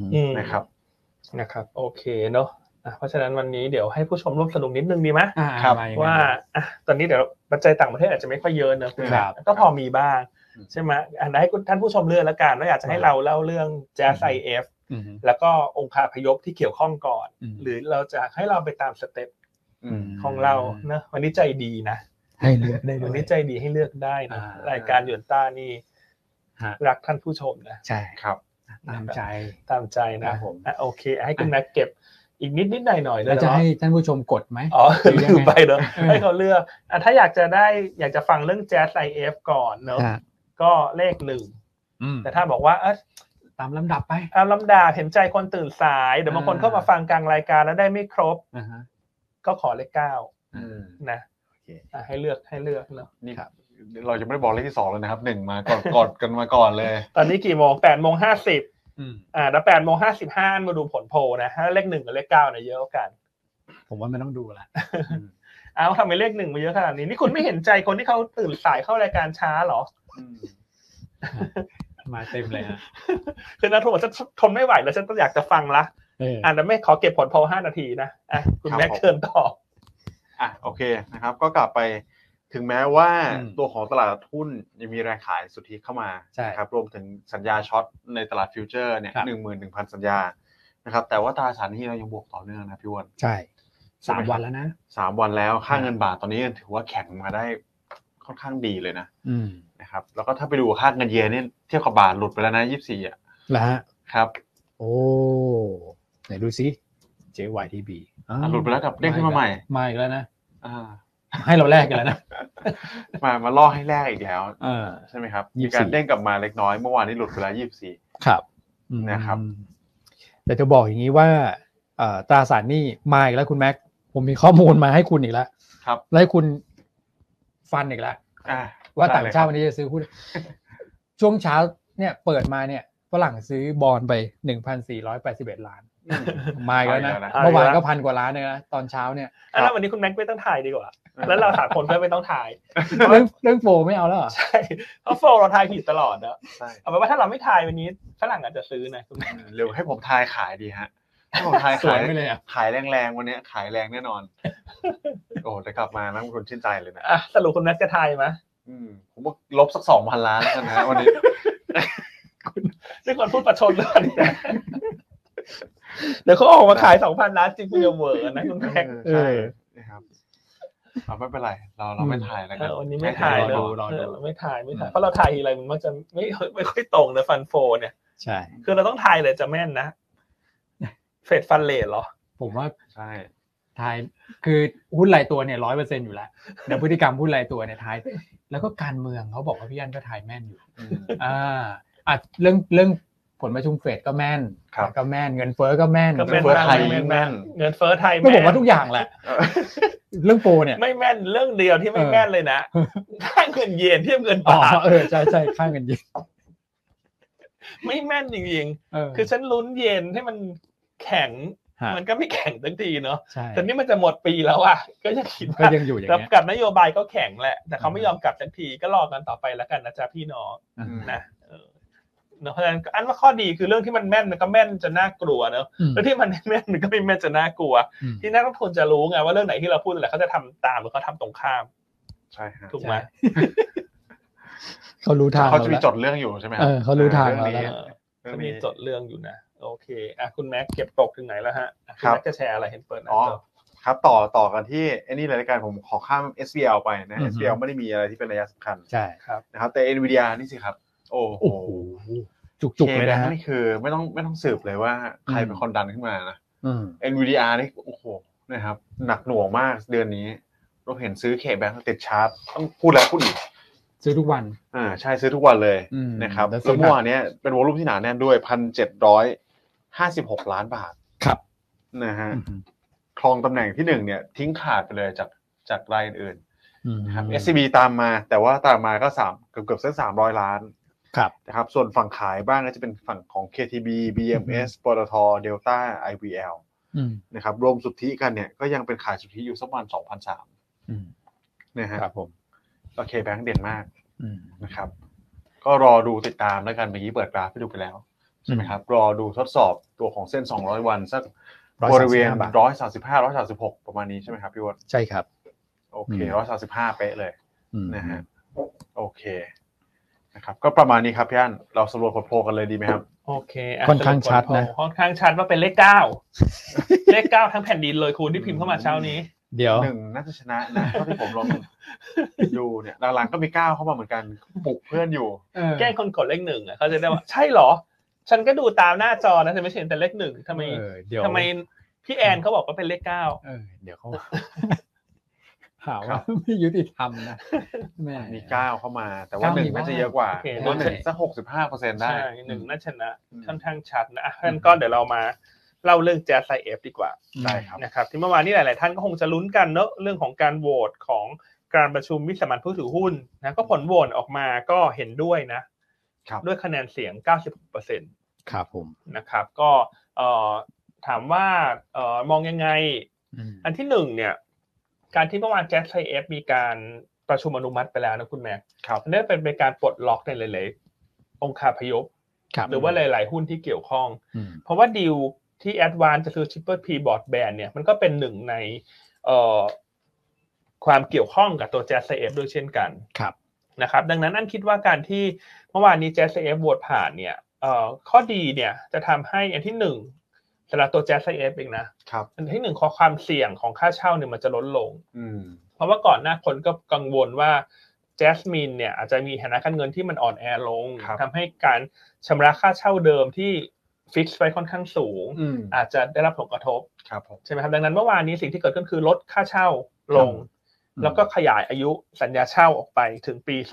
นะครับโอเคเนาะเพราะฉะนั้นวันนี้เดี๋ยวให้ผู้ชมร่วมสนุกนิดนึงดีไหมว่าตอนนี้เดี๋ยวปัจจัยต่างประเทศอาจจะไม่ค่อยเยอะนะก็พอมีบ้างใช่ไหมให้ท่านผู้ชมเลือกแล้วกันว่าอยากจะให้เราเล่าเรื่อง Jazz IF แล้วก็องค์คาพยพที่เกี่ยวข้องก่อนหรือเราจะให้เราไปตามสเต็ปของเรานะวันนี้ใจดีนะให้เลือกได้วันนี้ใจดีให้เลือกได้นะรายการหยวนต้านี่รักท่านผู้ชมนะใช่ครับตามใจนะผมโอเคให้คุณแม็กเก็บอีกนิดหน่อยแล้วจะให้ท่านผู้ชมกดไหมลืมไปเนอะให้เขาเลือกถ้าอยากจะฟังเรื่อง Jazz IF ก่อนเนอะก็เลข1แต่ถ้าบอกว่าตามลำดับไปลำดับเห็นใจคนตื่นสายเดี๋ยวบางคนเข้ามาฟังกลางรายการแล้วได้ไม่ครบก็ขอเลข9นะให้เลือกเนอะนี่ครับเราจะไม่ได้บอกเลขที่2เลยนะครับ1มาก่อนกันมาก่อนเลยตอนนี้กี่โมง 8:50แล้ว 8:55 มาดูผลโพลนะถ้าเลข1กับเลข9เนี่ยเยอะกันผมว่าไม่ต้องดูละทำไมเลข1มาเยอะขนาดนี้นี่คุณไม่เห็นใจคนที่เขาตื่นสายเข้ารายการช้าหรอมาเต็มเลยฮะคือนะทุกคนจะทนไม่ไหวแล้วฉันต้องอยากจะฟังละแล้วไม่ขอเก็บผลโพล5 นาทีนะคุณแม็กเชิญต่อโอเคนะครับก็กลับไปถึงแม้ว่าตัวของตลาดหุ้นยังมีแรงขายสุทธิเข้ามานะครับรวมถึงสัญญาช็อตในตลาดฟิวเจอร์เนี่ย 11,000 สัญญานะครับแต่ว่าตราสารหนี้เรายังบวกต่อเนื่องนะพี่วอนใช่3วันแล้วนะ 3วันแล้วค่าเงินบาทตอนนี้ถือว่าแข็งมาได้ค่อนข้างดีเลยนะครับแล้วก็ถ้าไปดูค่าเงินเยนนี่เทียบกับบาทหลุดไปแล้วนะ24 แล้วฮะครับโอ้ไหนดูซิ JYTB หลุดไปแล้วกับเด้งขึ้นมาใหม่มาอีกแล้วนะให้เราแลกกันแล้วนะมาล่อให้แลกอีกแล้วใช่ไหมครับมีการเด้งกลับมาเล็กน้อยเมื่อวานนี้หลุดไปแล้ว24 ครับนะครับแต่จะบอกอย่างนี้ว่าตราสารหนี้มาอีกแล้วคุณแม็กผมมีข้อมูลมาให้คุณอีกแล้วครับแล้วให้คุณฟันอีกแล้วว่าต่างชาติวันนี้จะซื้อหุ้นช่วงเช้าเนี่ยเปิดมาเนี่ยฝรั่งซื้อบอนไป 1,481 ล้านมาอีกแล้วนะเมื่อวานก็1,000 กว่าล้านเลยนะตอนเช้าเนี่ยแล้ววันนี้คุณแม็กไม่ต้องถ่ายดีกว่าแล้วเรา3 คนก็ไม่ต้องถ่ายเรื่องโฟไม่เอาแล้วเหรอใช่เพราะโฟเราถ่ายผิดตลอดนะเอาเป็นว่าถ้าเราไม่ถ่ายวันนี้ฝรั่งอาจจะซื้อนะคุณแม็กเร็วให้ผมถ่ายขายดีฮะให้ผมถ่ายขายไม่เลยขายแรงๆวันนี้ขายแรงแน่นอนโอ้แต่กลับมานั่งคนชื่นใจเลยนะสรุปคุณแม็กจะถ่ายไหมผมว่าลบสัก 2,000 ล้านกันนะวันนี้นี่คนพูดประชดเลยเดี๋ยวเขาออกมาขาย 2,000 ล้านจริงคุณจะเวอร์นะคุณแม็กใช่นะครับไม่เป็นไรเราไม่ถ่ายแล้วกันวันนี้ไม่ถ่ายเราไม่ถ่ายเพราะเราถ่ายอะไรมันมักจะไม่ค่อยตรงนะฟันโฟเนี่ยใช่คือเราต้องถ่ายเลยจะแม่นนะเฟดฟันเรทเหรอผมว่าใช่ทายคือหุ้นรายตัวเนี่ย 100% อยู่แล้วในพฤติกรรมหุ้นรายตัวเนี่ยทายแล้วก็การเมืองเขาบอกว่าพี่อั้นก็ทายแม่นอยู่เรื่องผลประชุมเฟดก็แม่นก็แม่นเงินเฟ้อก็แม่นเงินเฟ้อไทยแม่นเงินเฟ้อไทยไม่บอกว่าทุกอย่างแหละเรื่องโปเนี่ยไม่แม่นเรื่องเดียวที่ไม่แม่นเลยนะค่าเงินเยนเทียบเงินบาทใช่ค่าเงินเยนไม่แม่นจริงๆคือฉันลุ้นเยนให้มันแข็งมันก็ไม่แข็งทั้งทีเนาะแต่นี่มันจะหมดปีแล้วอ่ะก็ยังคิดว่ายังอยู่อย่างเงี้ยกับนโยบายก็แข็งแหละแต่เขาไม่ยอมกลับทั้งทีก็รอกันต่อไปแล้วกันนะจ๊ะพี่น้องนะเพราะฉะนั้นอันว่าข้อดีคือเรื่องที่มันแม่นมันก็แม่นจนน่ากลัวเนอะแล้วที่มันไม่แม่นมันก็ไม่แม่นจนน่ากลัวที่นักลงทุนจะรู้ไงว่าเรื่องไหนที่เราพูดอะไรเขาจะทำตามหรือเขาทำตรงข้ามใช่ฮะถูกไหมเขารู้ทางเขาจะมีจดเรื่องอยู่ใช่ไหมเขารู้ทางแล้วเขามีจดเรื่องอยู่นะโอเคคุณแม็กเก็บตกถึงไหนแล้วฮะคุณแม็กจะแชร์อะไรเห็นเปิดครับต่อกันที่ไอ้นี่รายการผมขอข้าม SBL ไปนะ SBL ไม่ได้มีอะไรที่เป็นระยะสำคัญใช่ครับนะครับแต่ Nvidia นี่สิครับโอ้โหจุกๆเลยนะนี่คือไม่ต้องสืบเลยว่าใครเป็นคนดันขึ้นมานะ Nvidia นี่โอ้โหนะครับหนักหน่วงมากเดือนนี้เราเห็นซื้อเคแบงค์ติดชาร์ตต้องพูดแล้วพูดอีกซื้อทุกวันใช่ซื้อทุกวันเลยนะครับแล้วเมื่อวานนี้เป็นวอลุ่มที่หนาแน่นด้วย 1,756 ล้านบาทครับนะฮะครองตำแหน่งที่1เนี่ยทิ้งขาดไปเลยจากรายอื่นๆนะครับ SCB ตามมาแต่ว่าตามมาก็เกือบเส้น300 ล้านนะครับส่วนฝั่งขายบ้างก็จะเป็นฝั่งของ KTB BMS ปตท Delta IVL นะครับรวมสุทธิกันเนี่ยก็ยังเป็นขายสุทธิอยู่สักประมาณ 2,300 นะฮะครับผมโอเคแบงค์เด่นมากนะครับก็รอดูติดตามแล้วกันเมื่อกี้เปิดกราฟให้ดูไปแล้วใช่ไหมครับรอดูทดสอบตัวของเส้น200วันสักบริเวณ135 136ประมาณนี้ใช่ไหมครับพี่วอนใช่ครับโอเค135เป๊ะเลยนะฮะโอเคนะครับก็ประมาณนี้ครับพี่อั้นเราสรุปผลโพลกันเลยดีไหมครับโอเคค่อนข้างชัดนะค่อนข้างชัดว่าเป็นเลข9เลข9ทั้งแผ่นดินเลยคุณที่พิมพ์เข้ามาเช้านี้เดี๋ยว 1น่าจะชนะนะเท่าที่ผมลองอยู่เนี่ยหลังๆก็มี9เข้ามาเหมือนกันปลุกเพื่อนอยู่แกล้งคนกดเลข1อ่ะเขาจะได้ว่าใช่เหรอฉันก็ดูตามหน้าจอนะแต่ไม่เห็นแต่เลข1ทำไมพี่แอนเขาบอกว่าเป็นเลข9 เดี๋ยวเขาหาว่าไม่ยุติธรรมนะแม่มี9เข้ามาแต่ว่า1น่าจะเยอะกว่า1สัก 65% ได้ใช่1น่าชนะค่อนข้างชัดนะงั้นก็เดี๋ยวเรามาเล่าเรื่อง Jazz IF ดีกว่าได้ครับนะครับที่เมื่อวานนี้หลายๆท่านก็คงจะลุ้นกันเนอะเรื่องของการโหวตของการประชุมวิสามัญผู้ถือหุ้นนะก็ผลโหวตออกมาก็เห็นด้วยนะด้วยคะแนนเสียง 96% ครับผมนะครับก็ถามว่ามองยังไงอันที่1เนี่ยการที่เมื่อวาน Jazz IF มีการประชุมอนุมัติไปแล้วนะคุณแม่อันนี้เป็นการปลดล็อกในหลายๆองค์คาพยพหรือว่าหลายๆหุ้นที่เกี่ยวข้องเพราะว่าดีลที่ Advance จะซื้อ Triple P Broadband เนี่ยมันก็เป็นหนึ่งในความเกี่ยวข้องกับตัว Jazz IF ด้วยเช่นกันนะครับดังนั้นอันคิดว่าการที่เมื่อวานนี้ Jazz IF โหวตผ่านเนี่ยข้อดีเนี่ยจะทำให้อันที่1สำหรับตัว Jazz IF เองนะอันที่1ข้อความเสี่ยงของค่าเช่าเนี่ยมันจะลดลงเพราะว่าก่อนหน้าคนก็กังวลว่า Jasmine เนี่ยอาจจะมีฐานะการเงินที่มันอ่อนแอลงทำให้การชำระค่าเช่าเดิมที่ฟิกซ์ไว้ค่อนข้างสูงอาจจะได้รับผลกระทบใช่ไหมครับดังนั้นเมื่อวานนี้สิ่งที่เกิดขึ้นคือลดค่าเช่าลงแล้วก็ขยายอายุสัญญาเช่าออกไปถึงปี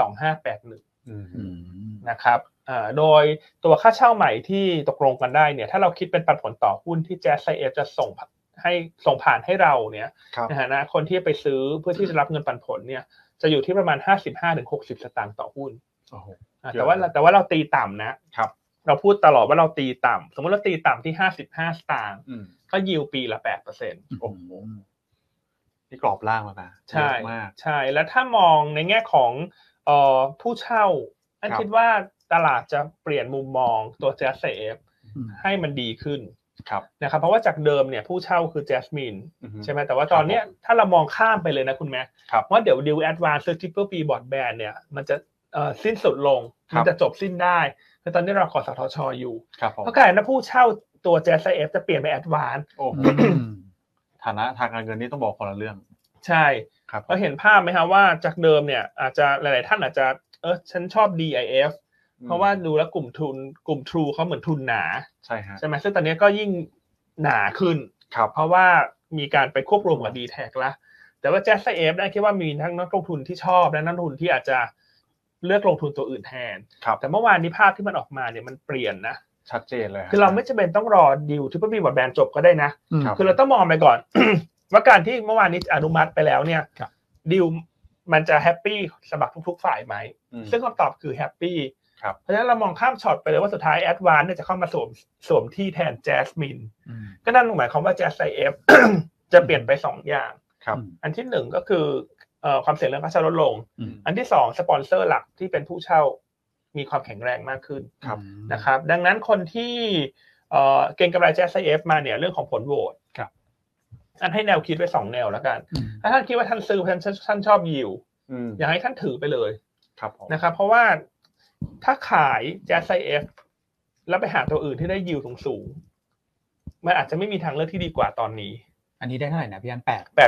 2581นะครับโดยตัวค่าเช่าใหม่ที่ตกลงกันได้เนี่ยถ้าเราคิดเป็นปันผลต่อหุ้นที่ Jazz CF จะส่งผ่านให้เราเนี่ยนะคนที่ไปซื้อเพื่อที่จะรับเงินปันผลเนี่ยจะอยู่ที่ประมาณ 55-60 สตางค์ต่อหุ้นแต่ว่าเราตีต่ำนะครับเราพูดตลอดว่าเราตีต่ำสมมติเราตีต่ำที่55สตางค์ก็ยิวปีละ 8% โอ้โหนี่กรอบล่างแล้วนะใช่ใช่แล้วถ้ามองในแง่ของผู้เช่าอันคิดว่าตลาดจะเปลี่ยนมุมมองตัว Jazz CF ให้มันดีขึ้นนะครับเพราะว่าจากเดิมเนี่ยผู้เช่าคือ Jasmine ใช่ไหมแต่ว่าตอนนี้ถ้าเรามองข้ามไปเลยนะคุณแม่ว่าเดี๋ยว Deal Advance Triple B Broadband เนี่ยมันจะสิ้นสุดลงมันจะจบสิ้นได้แต่ตอนนี้เราขอสทช.อยู่เพราะการผู้เช่าตัว Jazz CF จะเปลี่ยนไป Advance ฐานะทางการเงินนี่ต้องบอกคนละเรื่องใช่เราเห็นภาพไหมครับว่าจากเดิมเนี่ยอาจจะหลายๆท่านอาจจะฉันชอบ DIF เพราะว่าดูแล้วกลุ่ม True เขาเหมือนทุนหนาใช่ไหมซึ่งตอนนี้ก็ยิ่งหนาขึ้นเพราะว่ามีการไปควบรวมกับ D-Tech แล้วแต่ว่า Jazz CF ได้คิดว่ามีทั้งนักลงทุนที่ชอบและนักลงทุนที่อาจจะเลือกลงทุนตัวอื่นแทนแต่เมื่อวานนี้ภาพที่มันออกมาเนี่ยมันเปลี่ยนนะชัดเจนเลยคือเราไม่จำเป็นต้องรอดีล Triple B Broadband จบก็ได้นะคือเราต้องมองไปก่อน ว่าการที่เมื่อวานนี้อนุมัติไปแล้วเนี่ยดีลมันจะแฮปปี้สำหรับทุกๆฝ่ายไหมซึ่งคำตอบคือแฮปปี้เพราะฉะนั้นเรามองข้ามช็อตไปเลยว่าสุดท้าย Advance เนี่ยจะเข้ามาสวมที่แทน Jasmine ก็นั่นหมายความว่า Jazz CF จะเปลี่ยนไป2อย่างอันที่1ก็คือความเสี่ยงเรื่องค่าเช่าลดลงอันที่2สปอนเซอร์หลักที่เป็นผู้เช่ามีความแข็งแรงมากขึ้นนะครับดังนั้นคนที่เก็งกำไร Jazz CF มาเนี่ยเรื่องของผลโหวตท่านให้แนวคิดไว้2แนวแล้วกันถ้าท่านคิดว่าท่านซื้อท่านชอบยิวอยากให้ท่านถือไปเลยนะครับเพราะว่าถ้าขาย Jazz CF แล้วไปหาตัวอื่นที่ได้ยิวสูงมันอาจจะไม่มีทางเลือกที่ดีกว่าตอนนี้อันนี้ได้เท่าไหร่นะพี่อัน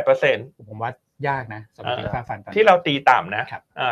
8% ผมว่ายากนะสำหรับค่าฟันที่เราตีต่ำนะ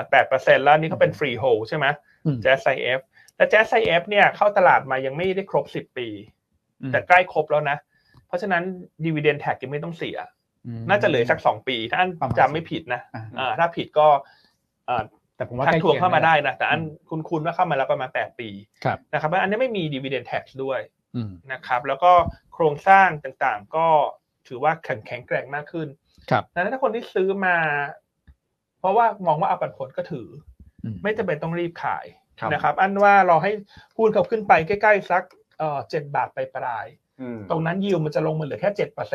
8%แล้วนี่เขาเป็น free hold ใช่ไหม Jazz CF และ Jazz CF เนี่ยเข้าตลาดมายังไม่ได้ครบ10ปีแต่ใกล้ครบแล้วนะเพราะฉะนั้น dividend tax ยังไม่ต้องเสียน่าจะเหลือสัก2ปีถ้าอันจำไม่ผิดนะถ้าผิดก็แต่ผมว่าทักทวงเข้ามาได้นะแต่อันคุณว่าเข้ามาแล้วประมาณ8ปีนะครับอันนี้ไม่มี dividend tax ด้วยนะครับแล้วก็โครงสร้างต่างๆก็ถือว่าแข็งแกร่งมากขึ้นดังนั้นถ้าคนที่ซื้อมาเพราะว่ามองว่าเอาปันผลก็ถือไม่จำเป็นต้องรีบขายนะครับอันว่าเราให้หุ้นเขาขึ้นไปใกล้ๆสัก7 บาทไปปลายตรงนั้นยิวมันจะลงมาเหลือแค่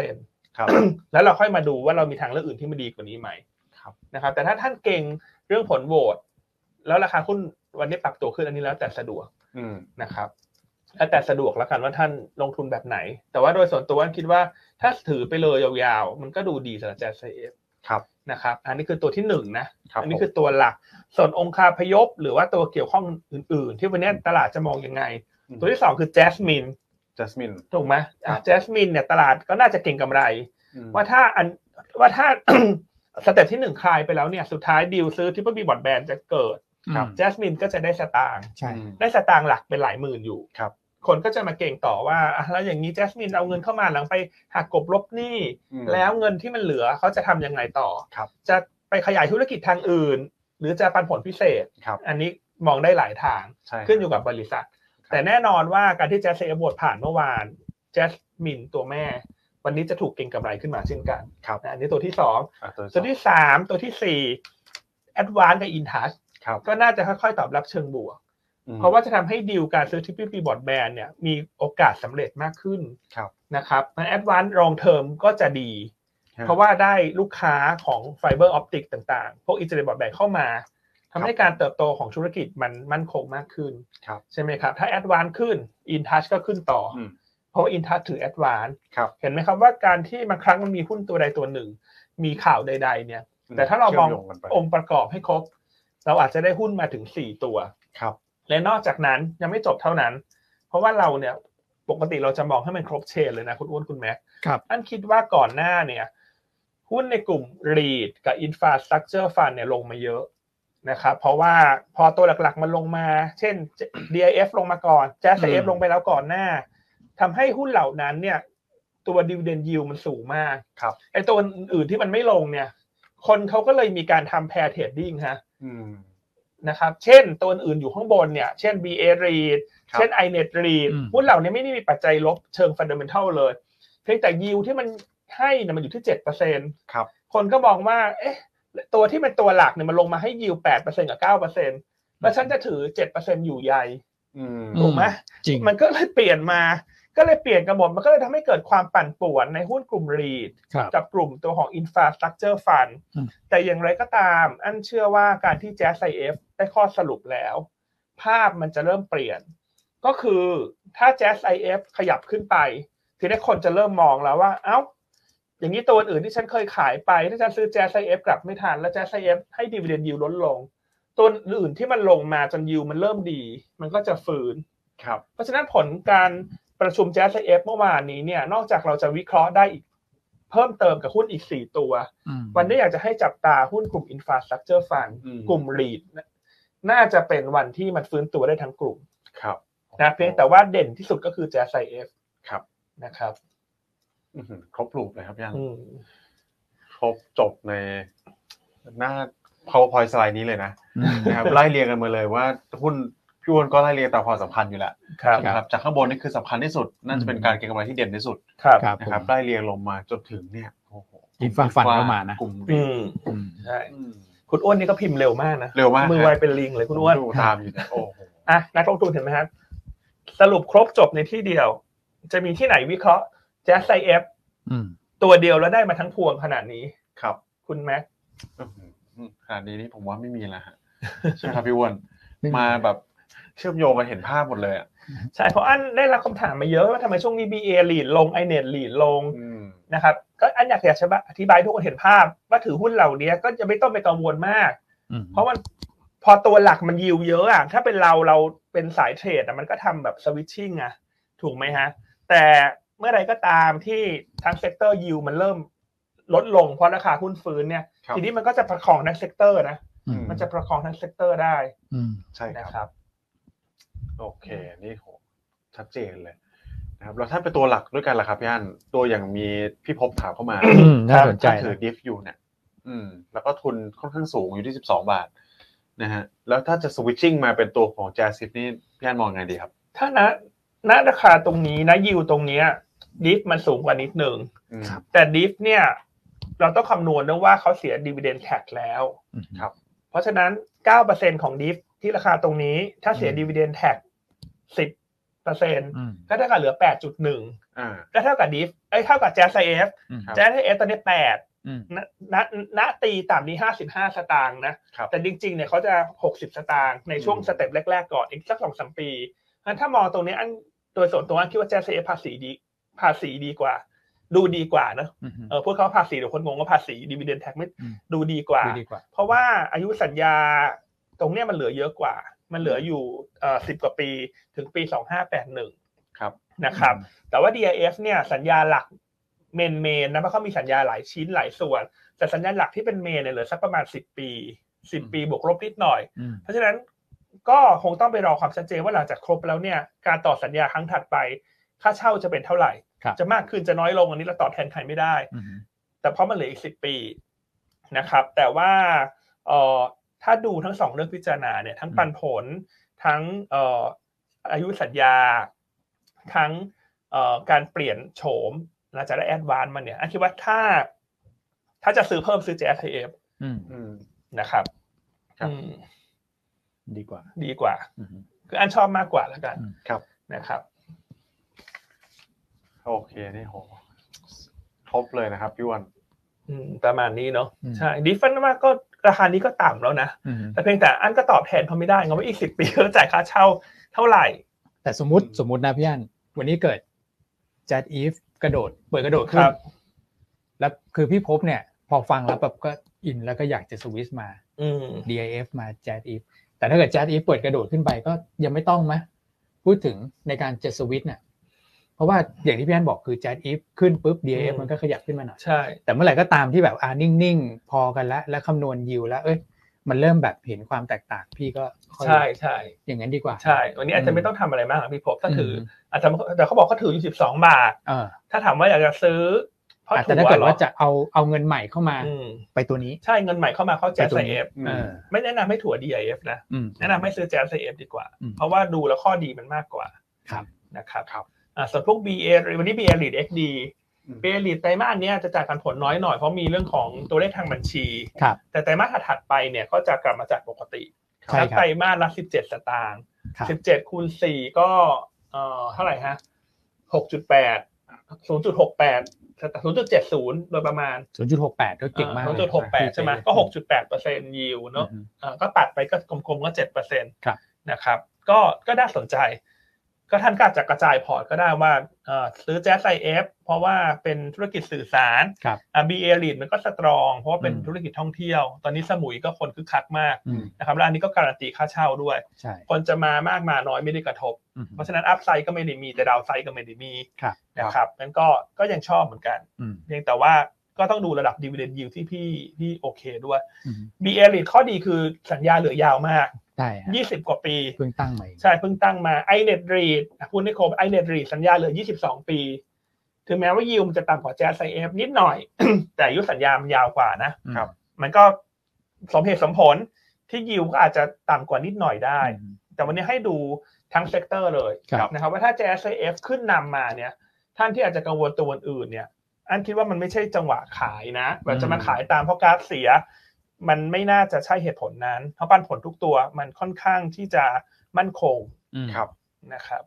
7% แล้วเราค่อยมาดูว่าเรามีทางเลือกอื่นที่มันดีกว่านี้ไหมนะครับแต่ถ้าท่านเก่งเรื่องผลโหวตแล้วราคาหุ้นวันนี้ปรับตัวขึ้นอันนี้แล้วแต่สะดวกนะครับแล้วแต่สะดวกแล้วกันว่าท่านลงทุนแบบไหนแต่ว่าโดยส่วนตัวอันคิดว่าถ้าถือไปเลยยาวๆมันก็ดูดีสำหรับ Jazz CF นะครับอันนี้คือตัวที่1นะอันนี้คือตัวหลักส่วนองค์คาพยพหรือว่าตัวเกี่ยวข้องอื่นๆที่วันนี้ตลาดจะมองยังไงตัวที่2คือ Jasmine ถูกไหมJasmine เนี่ยตลาดก็น่าจะเก่งกำไรว่าถ้าสเต็ปที่1คลายไปแล้วเนี่ยสุดท้ายดีลซื้อ Triple B Broadband จะเกิดJasmine ก็จะได้สตางค์ได้สตางค์หลักเป็นหลายหมื่นอยู่คนก็จะมาเก่งต่อว่าแล้วอย่างนี้ Jasmine เอาเงินเข้ามาหลังไปหักกบลบหนี้แล้วเงินที่มันเหลือเขาจะทำยังไงต่อจะไปขยายธุรกิจทางอื่นหรือจะปันผลพิเศษอันนี้มองได้หลายทางขึ้นอยู่กับบริษัทแต่แน่นอนว่าการที่ Jazz CF โหวตผ่านเมื่อวาน Jasmine ตัวแม่วันนี้จะถูกเก็งกำไรขึ้นมาเช่นกันอันนี้ตัวที่2ตัวที่3ตัวที่4 Advance กับ InTouch ก็น่าจะค่อยๆตอบรับเชิงบวกเพราะว่าจะทำให้ดีลการซื้อ Triple B Broadband เนี่ยมีโอกาสสำเร็จมากขึ้นนะครับใน Advance Long Term ก็จะดีเพราะว่าได้ลูกค้าของ Fiber Optic ต่างๆพวก Internet Broadband เข้ามาทำให้การเติบโตของธุรกิจมันมั่นคงมากขึ้นใช่ไหมครับถ้า Advance ขึ้น InTouch ก็ขึ้นต่อเพราะว่า InTouch ถือ Advance เห็นไหมครับว่าการที่บางครั้งมันมีหุ้นตัวใดตัวหนึ่งมีข่าวใดๆเนี่ยแต่ถ้าเรามององค์ประกอบให้ครบเราอาจจะได้หุ้นมาถึง4ตัวและนอกจากนั้นยังไม่จบเท่านั้นเพราะว่าเราเนี่ยปกติเราจะมองให้มันครบเชนเลยนะคุณอ้วนคุณแม็กอันคิดว่าก่อนหน้าเนี่ยหุ้นในกลุ่ม REIT กับ Infrastructure Fund เนี่ยลงมาเยอะนะครับเพราะว่าพอตัวหลักๆมันลงมาเช่น DIF ลงมาก่อน Jazz CF ลงไปแล้วก่อนหน้าทำให้หุ้นเหล่านั้นเนี่ยตัว dividend yield มันสูงมากครับไอ้ตัวอื่นที่มันไม่ลงเนี่ยคนเขาก็เลยมีการทำ pair trading ฮะนะครับเช่นตัวอื่นอยู่ข้างบนเนี่ยเช่น BA REIT เช่น iNet REIT หุ้นเหล่านี้ไม่ได้มีปัจจัยลบเชิง fundamental เลยเพียงแต่ yield ที่มันให้นะมันอยู่ที่ 7% ครับคนก็มองว่าเอ๊ะตัวที่เป็นตัวหลักเนี่ยมันลงมาให้ yield 8% กับ 9% แล้วฉันจะถือ 7% อยู่ใหญ่ถูกไหมมันก็เลยเปลี่ยนกันหมดมันก็เลยทำให้เกิดความปั่นป่วนในหุ้นกลุ่ม REIT กับกลุ่มตัวของ Infrastructure Fund แต่อย่างไรก็ตามอันเชื่อว่าการที่ Jazz IF ได้ข้อสรุปแล้วภาพมันจะเริ่มเปลี่ยนก็คือถ้า Jazz IF ขยับขึ้นไปทีนี้คนจะเริ่มมองแล้วว่าเอ้าอย่างนี้ตัวอื่นที่ฉันเคยขายไปถ้าฉันซื้อ Jazz IF กลับไม่ทันแล้ว Jazz IF ให้ Dividend Yield ลดลงตัวอื่นที่มันลงมาจน Yield มันเริ่มดีมันก็จะฟื้นเพราะฉะนั้นผลการประชุม Jazz IF เมื่อวานนี้เนี่ยนอกจากเราจะวิเคราะห์ได้อีกเพิ่มเติมกับหุ้นอีก4ตัววันนี้อยากจะให้จับตาหุ้นกลุ่ม Infrastructure Fund กลุ่ม REIT น่าจะเป็นวันที่มันฟื้นตัวได้ทั้งกลุ่มนะเพียงแต่ว่าเด่นที่สุดก็คือ Jazz IF นะครับครบรูปเลยครับยังครบจบในหน้า PowerPoint สไลด์นี้เลยนะครับไล่เรียงกันมาเลยว่าหุ้นพี่อ้วนก็ไล่เรียงตามความสำคัญอยู่แหละครับจากข้างบนนี่คือสำคัญที่สุดน่าจะเป็นการเก็งกำไรที่เด่นที่สุดนะครับไล่เรียงลงมาจนถึงเนี่ยโอ้โหอินฟาฟันเข้ามานะกลุ่มใช่คุณอ้วนนี่ก็พิมพ์เร็วมากนะเร็วมากมือไวเป็นลิงเลยคุณอ้วนตามอยู่เนี่ยโอ้โหนักลงทุนเห็นไหมครับสรุปครบจบในที่เดียวจะมีที่ไหนวิเคราะห์ Jazz IF ตัวเดียวแล้วได้มาทั้งพวงขนาดนี้ครับคุณแม็กขนาดนี้นี่ผมว่าไม่มีแล้วฮะใช่ครับพี่อ้วนมาแบบเชื่อมโยงกันเห็นภาพหมดเลยอ่ะใช่เพราะอันได้รับคำถามมาเยอะว่าทำไมช่วงนี้ BA lead ลง iNet lead ลงนะครับก็อันอยากจะอธิบายทุกคนเห็นภาพว่าถือหุ้นเหล่านี้ก็จะไม่ต้องไปกังวลมากเพราะมันพอตัวหลักมันยิวเยอะอ่ะถ้าเป็นเราเป็นสายเทรดมันก็ทำแบบสวิตชิ่งอ่ะถูกไหมฮะแต่เมื่อไรก็ตามที่ทั้งเซกเตอร์ยิวมันเริ่มลดลงเพราะราคาหุ้นฟื้นเนี่ยทีนี้มันก็จะประคองทั้งเซกเตอร์นะมันจะประคองทั้งเซกเตอร์ได้ใช่นะครับโอเคนี่โหชัดเจนเลยนะครับแล้วถ้าเป็นตัวหลักด้วยกันล่ะครับพี่อั้นตัวอย่างมีพี่พบถามเข้ามาน่าสนใจถือดิฟอยู่เนี่ยแล้วก็ทุนค่อนข้างสูงอยู่ที่12 บาทนะฮะแล้วถ้าจะสวิตชิ่งมาเป็นตัวของ Jazz IF นี่พี่อั้นมองไงดีครับถ้าณราคาตรงนี้นะยิวตรงนี้ดิฟมันสูงกว่านิดนึงแต่ดิฟเนี่ยเราต้องคำนวณด้วยว่าเขาเสีย dividend tax แล้วครับเพราะฉะนั้น 9% ของดิฟที่ราคาตรงนี้ถ้าเสีย dividend tax 10% ก็เท่ากับเหลือ 8.1 ก็เท่ากับดิฟเท่ากับ Jazz IF Jazz IF ตอนนี้8ณตีต่ำนี้55 สตางค์นะแต่จริงๆเนี่ยเขาจะ60 สตางค์ในช่วงสเต็ปแรกๆก่อนอีกสัก 2-3 ปีงั้นถ้ามองตรงนี้อันโดยส่วนตัวคิดว่า Jazz IF ภาษีดีกว่าดูดีกว่านะพวกเขาภาษีเดี๋ยวคนงงว่าภาษี dividend tax ไม่ดูดีกว่าเพราะว่าอายุสัญญาตรงเนี้ยมันเหลือเยอะกว่ามันเหลืออยู่10 กว่าปีถึงปี2581 ครับนะครับแต่ว่า DIF เนี่ยสัญญาหลักเมนนะเพราะเขามีสัญญาหลายชิ้นหลายส่วนแต่สัญญาหลักที่เป็นเมนเนี่ยเหลือสักประมาณ10 ปีบวกลบนิดหน่อยเพราะฉะนั้นก็คงต้องไปรอความชัดเจนว่าหลังจากครบแล้วเนี่ยการต่อสัญญาครั้งถัดไปค่าเช่าจะเป็นเท่าไหร่จะมากขึ้นจะน้อยลงอันนี้เราตอบแทนใครไม่ได้แต่เพราะมันเหลืออีก10 ปีนะครับแต่ว่าถ้าดูทั้ง2เรื่องพิจารณาเนี่ยทั้งปันผลทั้งอายุสัญญาทั้งการเปลี่ยนโฉมหลังจากได้แอดวานซ์มาเนี่ยอันคิดว่าถ้าจะซื้อเพิ่มซื้อ Jazz IF นะครับดีกว่าคืออันชอบมากกว่าแล้วกันครับนะครับโอเคนี่โหครบเลยนะครับพี่วันประมาณนี้เนาะใช่ดิฟเฟนต์มากก็ราคานี้ก็ต่ำแล้วนะแต่เพียงแต่อันก็ตอบแทนเขาไม่ได้ไงว่าอีก10 ปีเขาจ่ายค่าเช่าเท่าไหร่แต่สมมุตินะพี่อั้นวันนี้เกิด Jazz IF เปิดกระโดดขึ้นแล้วคือพี่พบเนี่ยพอฟังแล้วแบบก็อินแล้วก็อยากจะสวิชมาDIF มา Jazz IF แต่ถ้าเกิด Jazz IF เปิดกระโดดขึ้นไปก็ยังไม่ต้องมั้ยพูดถึงในการจะสวิชเนี่ยเพราะว่าอย่างที่พี่อั้นบอกคือ Jazz IF ขึ้นปุ๊บ DIF มันก็ขยับขึ้นมาหน่อยใช่แต่เมื่อไหร่ก็ตามที่แบบนิ่งๆพอกันแล้วคำนวณยิวแล้วมันเริ่มแบบเห็นความแตกต่างพี่ก็ใช่ใช่อย่างนั้นดีกว่าใช่วันนี้อาจจะไม่ต้องทำอะไรมากพี่พบถ้าถืออาจจะแต่เขาบอกเขาถืออยู่12 บาทถ้าถามว่าอยากจะซื้อเพราะแต่ถ้าเกิดว่าจะเอาเงินใหม่เข้ามาไปตัวนี้ใช่เงินใหม่เข้ามาเข้า Jazz IF ไม่แนะนำให้ถั่ว DIF นะแนะนำให้ซื้อ Jazz IF ดีกว่าเพราะว่าดูแล้วข้อดีมันมากกว่านะครับส่วนพวก BA วันนี้ BA Lead XD BA Lead ไตรมาสนี้จะจ่ายปันผลน้อยหน่อยเพราะมีเรื่องของตัวเลขทางบัญชีแต่ไตรมาสถัดไปเนี่ยก็จะกลับมาจ่ายปกติไตรมาสละ17 สตางค์17คูณ4ก็เท่าไหร่ฮะ 6.8 0.70 โดยประมาณ 0.68 ก็เก่งมาก 0.68 ใช่ไหมก็ 6.8% yield เนอะก็ตัดไปก็กลมๆก็ 7% นะครับก็น่าสนใจก็ท่านก็อาจจะกระจายพอร์ตก็ได้ว่าซื้อ Jazz IF เพราะว่าเป็นธุรกิจสื่อสาร BA Lead มันก็สตรองเพราะว่าเป็นธุรกิจท่องเที่ยวตอนนี้สมุยก็คนคึกคักมากนะครับแล้วอันนี้ก็การันตีค่าเช่าด้วยคนจะมามากมาน้อยไม่ได้กระทบเพราะฉะนั้นอัพไซด์ก็ไม่ได้มีแต่ดาวไซด์ก็ไม่ได้มีนะครับงั้นก็ยังชอบเหมือนกันเพียงแต่ว่าก็ต้องดูระดับ dividend yield ที่พี่โอเคด้วย BA Lead ข้อดีคือสัญญาเหลือยาวมาก20 กว่าปีเพิ่งตั้งใหม่ใช่เพิ่งตั้งมา iNet REIT พูดให้ครบ iNet REIT สัญญาเหลือ22 ปีถึงแม้ว่ายิวมันจะต่ำกว่า Jazz IF นิดหน่อย แต่อายุสัญญามันยาวกว่านะครับมันก็สมเหตุสมผลที่ยิวก็อาจจะต่ำกว่านิดหน่อยได้แต่วันนี้ให้ดูทั้งเซกเตอร์เลยนะครับว่าถ้า Jazz IF ขึ้นนำมาเนี่ยท่านที่อาจจะกังวลตัวอื่นเนี่ยอันคิดว่ามันไม่ใช่จังหวะขายนะแบบจะมาขายตามเพราะก๊าซเสียมันไม่น่าจะใช่เหตุผลนั้นเพราะปันผลทุกตัวมันค่อนข้างที่จะมั่นคงครับนะครับ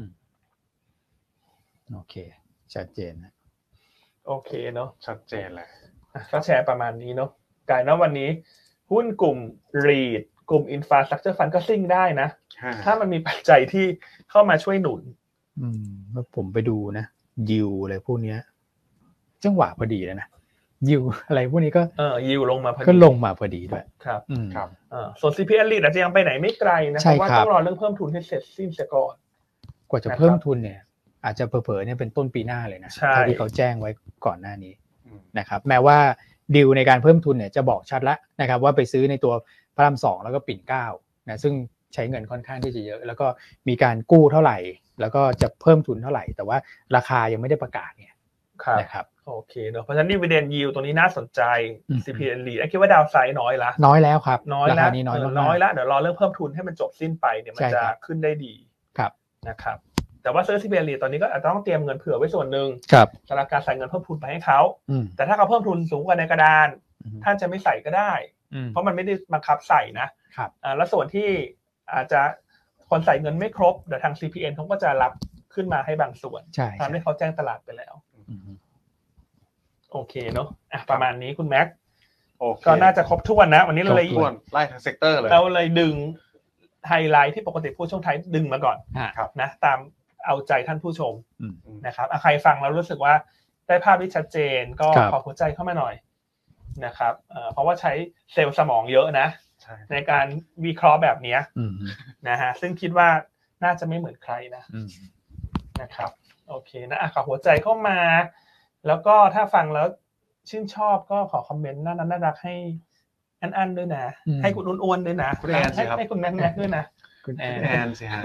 โอเคชัดเจนนะโอเคเนาะชัดเจนเลยก็แชร์ประมาณนี้เนาะกลายนะวันนี้หุ้นกลุ่ม REIT กลุ่ม Infrastructure Fund ก็ซิ่งได้นะถ้ามันมีปัจจัยที่เข้ามาช่วยหนุนแล้วผมไปดูนะยิวอะไรพวกนี้จังหวะพอดีเลยนะยิวอะไรพวกนี้ก็ยิวลงมาพอดีก็ลงมาพอดีด้วยครับส่วน CPN Lead อาจจะยังไปไหนไม่ไกลนะเพราะว่าต้องรอเรื่องเพิ่มทุนให้เสร็จสิ้นเสียก่อนกว่าจะเพิ่มทุนเนี่ยอาจจะเผลอๆเนี่ยเป็นต้นปีหน้าเลยนะที่เขาแจ้งไว้ก่อนหน้านี้นะครับแม้ว่าดีลในการเพิ่มทุนเนี่ยจะบอกชัดแล้วนะครับว่าไปซื้อในตัวพระราม2แล้วก็ปิ่นเกล้านะซึ่งใช้เงินค่อนข้างที่จะเยอะแล้วก็มีการกู้เท่าไหร่แล้วก็จะเพิ่มทุนเท่าไหร่แต่ว่าราคายังไม่ได้ประกาศเนี่ยนะครับโอเคเนาะเพราะฉะนั้น dividend yield ตัวนี้น่าสนใจ CPN Lead คิดว่าดาวไซด์น้อยละน้อยแล้วครับราคานี้น้อยละเดี๋ยวรอเรื่องเพิ่มทุนให้มันจบสิ้นไปเดี๋ยวมันจะขึ้นได้ดีนะครับแต่ว่าซื้อ CPN Lead ตอนนี้ก็อาจจะต้องเตรียมเงินเผื่อไว้ส่วนหนึ่งสำหรับการใส่เงินเพิ่มทุนไปให้เขาแต่ถ้าเขาเพิ่มทุนสูงกว่าในกระดานท่านจะไม่ใส่ก็ได้เพราะมันไม่ได้บังคับใส่นะแล้วส่วนที่อาจจะคนใส่เงินไม่ครบเดี๋ยวทาง CPN เขาก็จะรับขึ้นมาให้บางส่วนทำให้เขาแจ้งตลาดไปแล้วโอเคเนาะประมาณนี้คุณแม็กก็น่าจะครบถ้วนนะวันนี้เราเลยไล่ทั้งเซกเตอร์เลยเราเลยดึงไฮไลท์ที่ปกติผู้ช่วงท้ายดึงมาก่อนนะตามเอาใจท่านผู้ชมนะครับใครฟังแล้วรู้สึกว่าได้ภาพที่ชัดเจนก็ขอหัวใจเข้ามาหน่อยนะครับเพราะว่าใช้เซลล์สมองเยอะนะในการวิเคราะห์แบบนี้นะฮะซึ่งคิดว่าน่าจะไม่เหมือนใครนะครับโอเคนะขอหัวใจเข้ามาแล้วก็ถ้าฟังแล้วชื่นชอบก็ขอคอมเมนต์น่ารักให้อันด้วยนะให้คุณอ้วนๆด้วยนะให้คุณแม็กด้วยนะคุณแอนสิฮะ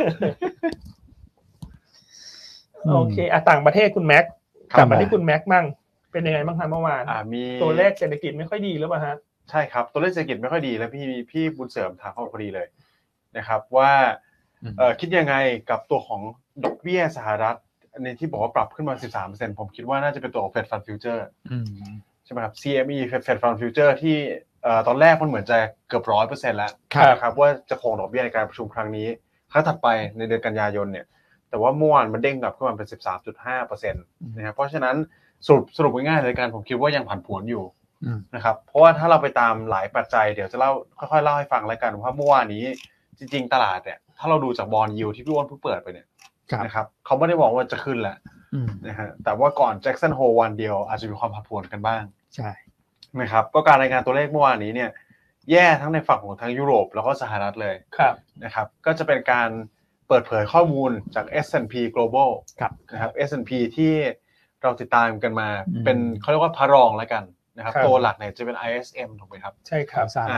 โอเคต่างประเทศคุณแม็กกลับมาที่คุณแม็กมั่งเป็นยังไงบ้างคะเมื่อวานตัวเลขเศรษฐกิจไม่ค่อยดีหรือเปล่าฮะใช่ครับตัวเลขเศรษฐกิจไม่ค่อยดีแล้วพี่บุญเสริมถามเข้ามาพอดีเลยนะครับว่าคิดยังไงกับตัวของดอกเบี้ยสหรัฐอันนี้ที่บอกว่าปรับขึ้นมา 13% ผมคิดว่าน่าจะเป็นตัวของ Fed Fund Future ใช่ไหมครับ CME Fed Fund Future ที่ตอนแรกมันเหมือนจะเกือบ 100% แล้วนะครับว่าจะคงดอกเบี้ยในการประชุมครั้งนี้ครั้งถัดไปในเดือนกันยายนเนี่ยแต่ว่าเมื่อวานมันเด้งกลับขึ้นมาเป็น 13.5% นะครับเพราะฉะนั้นสรุปง่ายๆเลยกันผมคิดว่ายังผันผวนอยู่นะครับเพราะว่าถ้าเราไปตามหลายปัจจัยเดี๋ยวจะค่อยๆเล่าให้ฟังแล้วกันว่าเมื่อวานนี้จริงๆตลาดเนี่ยถ้าเราดูจากบอนด์ยิลด์ที่พี่อ้วนเพิ่งเปิดไปเนี่ยนะครับเขาไม่ได้บอกว่าจะขึ้นแหละนะฮะแต่ว่าก่อนแจ็คสันโฮลวันเดียวอาจจะมีความผันผวนกันบ้างใช่นะครับก็การรายงานตัวเลขเมื่อวานนี้เนี่ยแย่ทั้งในฝั่งของทั้งยุโรปแล้วก็สหรัฐเลยนะครับก็จะเป็นการเปิดเผยข้อมูลจาก S&P Global นะครับ S&P ที่เราติดตามกันมาเป็นเขาเรียกว่าพระรองแล้วกันนะครับตัวหลักเนี่ยจะเป็น ISM ถูกไหมครับใช่ครับ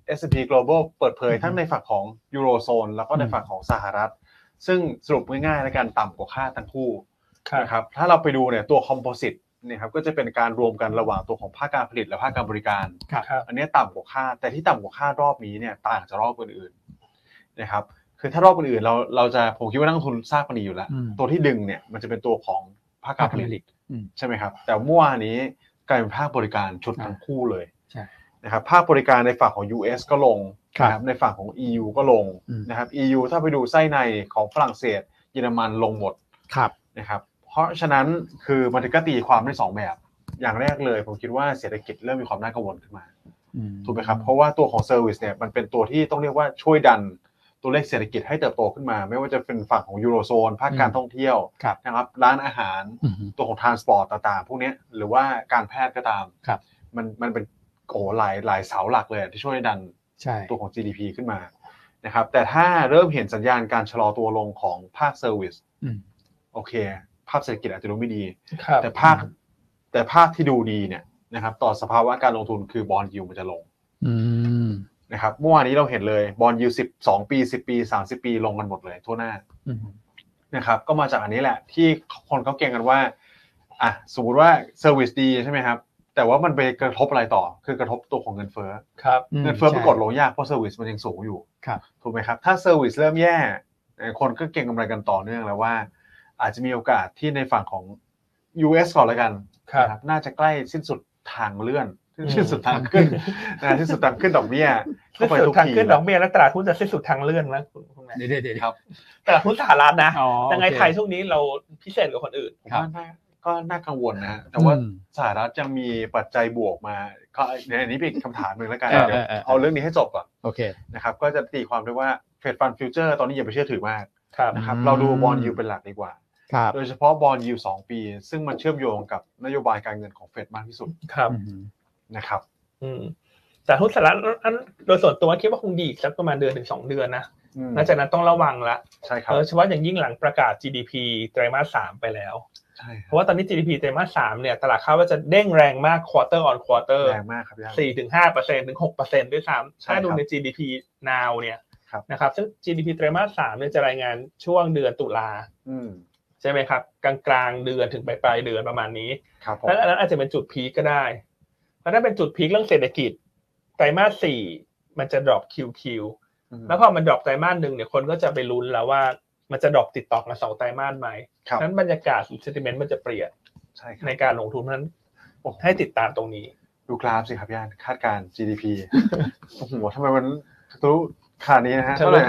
S&P Global เปิดเผยทั้งในฝั่งของยูโรโซนแล้วก็ในฝั่งของสหรัฐซึ่งสรุปง่ายๆในการต่ำกว่าคาดทั้งคู่นะครับถ้าเราไปดูเนี่ยตัวคอมโพสิตเนี่ยครับก็จะเป็นการรวมกันระหว่างตัวของภาคการผลิตและภาคการบริการอันนี้ต่ำกว่าคาดแต่ที่ต่ำกว่าคาดรอบนี้เนี่ยต่างจากรอบอื่นๆนะครับคือถ้ารอบอื่นๆเราจะผมคิดว่านักลงทุนทราบกันดีอยู่แล้วตัวที่ดึงเนี่ยมันจะเป็นตัวของภาคการผลิตใช่ไหมครับแต่เมื่อวานนี้กลายเป็นภาคบริการชุดทั้งคู่เลยนะครับภาคบริการในฝั่งของ US ก็ลงนะครับในฝั่งของ EU ก็ลงนะครับ EU ถ้าไปดูไส้ในของฝรั่งเศสเยอรมันลงหมดนะครับเพราะฉะนั้นคือมันก็ตีความได้2แบบอย่างแรกเลยผมคิดว่าเศรษฐกิจเริ่มมีความน่ากังวลขึ้นมาถูกไหมครับเพราะว่าตัวของเซอร์วิสเนี่ยมันเป็นตัวที่ต้องเรียกว่าช่วยดันตัวเลขเศรษฐกิจให้เติบโตขึ้นมาไม่ว่าจะเป็นฝั่งของยูโรโซนภาคการท่องเที่ยวนะครับร้านอาหารตัวของทรานสปอร์ตต่างๆพวกนี้หรือว่าการแพทย์ก็ตามมันเป็นหลายเสาหลักเลยที่ช่วยดันตัวของ GDP ขึ้นมานะครับแต่ถ้าเริ่มเห็นสัญญาณการชะลอตัวลงของภาคเซอร์วิสโอเคภาพเศรษฐกิจอาจจะดูไม่ดีแต่ภาคที่ดูดีเนี่ยนะครับต่อสภาวะการลงทุนคือบอนด์ยิลด์มันจะลงนะครับเมื่อวานนี้เราเห็นเลยบอนด์ยิลด์12ปี10ปี30ปีลงกันหมดเลยทั่วหน้านะครับก็มาจากอันนี้แหละที่คนเขาเก่งกันว่าสมมุติว่าเซอร์วิสดีใช่ไหมครับแต่ว่ามันไปกระทบอะไรต่อคือกระทบตัวของเงินเฟ้อเงินเฟ้อปรากฏลงยากเพราะเซอร์วิสมันยังสูงอยู่ถูกไหมครับถ้าเซอร์วิสเริ่มแย่คนก็เก่งกำไรกันต่อเนื่องแล้วว่าอาจจะมีโอกาสที่ในฝั่งของ US ก่อนแล้วกันนะครับน่าจะใกล้สิ้นสุดทางเลื่อนสิ้นสุดทางขึ้นสิ้นสุดทางขึ้นดอกเบี้ยเข้าไปทุกทีขึ้นดอกเบี้ยแล้วตลาดหุ้นจะสิ้นสุดทางเลื่อนมั้ยคุณแม่เดี๋ยวครับตลาดหุ้นสหรัฐนะยังไงไทยช่วงนี้เราพิเศษกว่าคนอื่นผมว่าก็น่ากังวลนะแต่ว่าสหรัฐยังมีปัจจัยบวกมาก็อันนี้เป็นคำถามนึงแล้วกันเดี๋ยวเอาเรื่องนี้ให้จบก่อนโอเคนะครับก็จะตีความได้ว่าเฟดฟันฟิวเจอร์ตอนนี้อย่าไปเชื่อถือมากนะครับเราดูบอนด์ยิลด์เป็นหลักดีกว่าโดยเฉพาะบอนด์ยิลด์2ปีซึ่งมันเชื่อมโยงกับนโยบายการเงินของเฟดมากที่สุดนะครับแต่หุ้นสหรัฐโดยส่วนตัวคิดว่าคงดีสักประมาณเดือนถึง2เดือนนะหลังจากนั้นต้องระวังละใช่ครับเฉพาะอย่างยิ่งหลังประกาศ GDP ไตรมาส3ไปแล้วเพราะว่าตอนนี้ GDP ไตรมาส3เนี่ยตลาดคาดว่าจะเด้งแรงมาก quarter on quarter แรงมากครับ 4-5% ถึง 6% ด้วยซ้ำถ้าดูใน GDP now เนี่ยนะครับซึ่ง GDP ไตรมาส3เนี่ยจะรายงานช่วงเดือนตุลาใช่ไหมครับกลางๆเดือนถึงปลายเดือนประมาณนี้แล้วอันนั้นอาจจะเป็นจุดพีคก็ได้เพราะถ้าเป็นจุดพีคเรื่องเศรษฐกิจไตรมาส4มันจะ drop QQ แล้วพอมัน drop ไตรมาส1เนี่ยคนก็จะไปลุ้นแล้วว่ามันจะ drop ติดต่อกัน2ไตรมาสไหมนั้นบรรยากาศ sentiment มันจะเปลี่ยนในการลงทุนนั้นให้ติดตามตรงนี้ดูกราฟสิครับย่านคาดการ GDP โอ้โหทำไมมันรู้ขนาดนี้นะฮะเท่าไหร่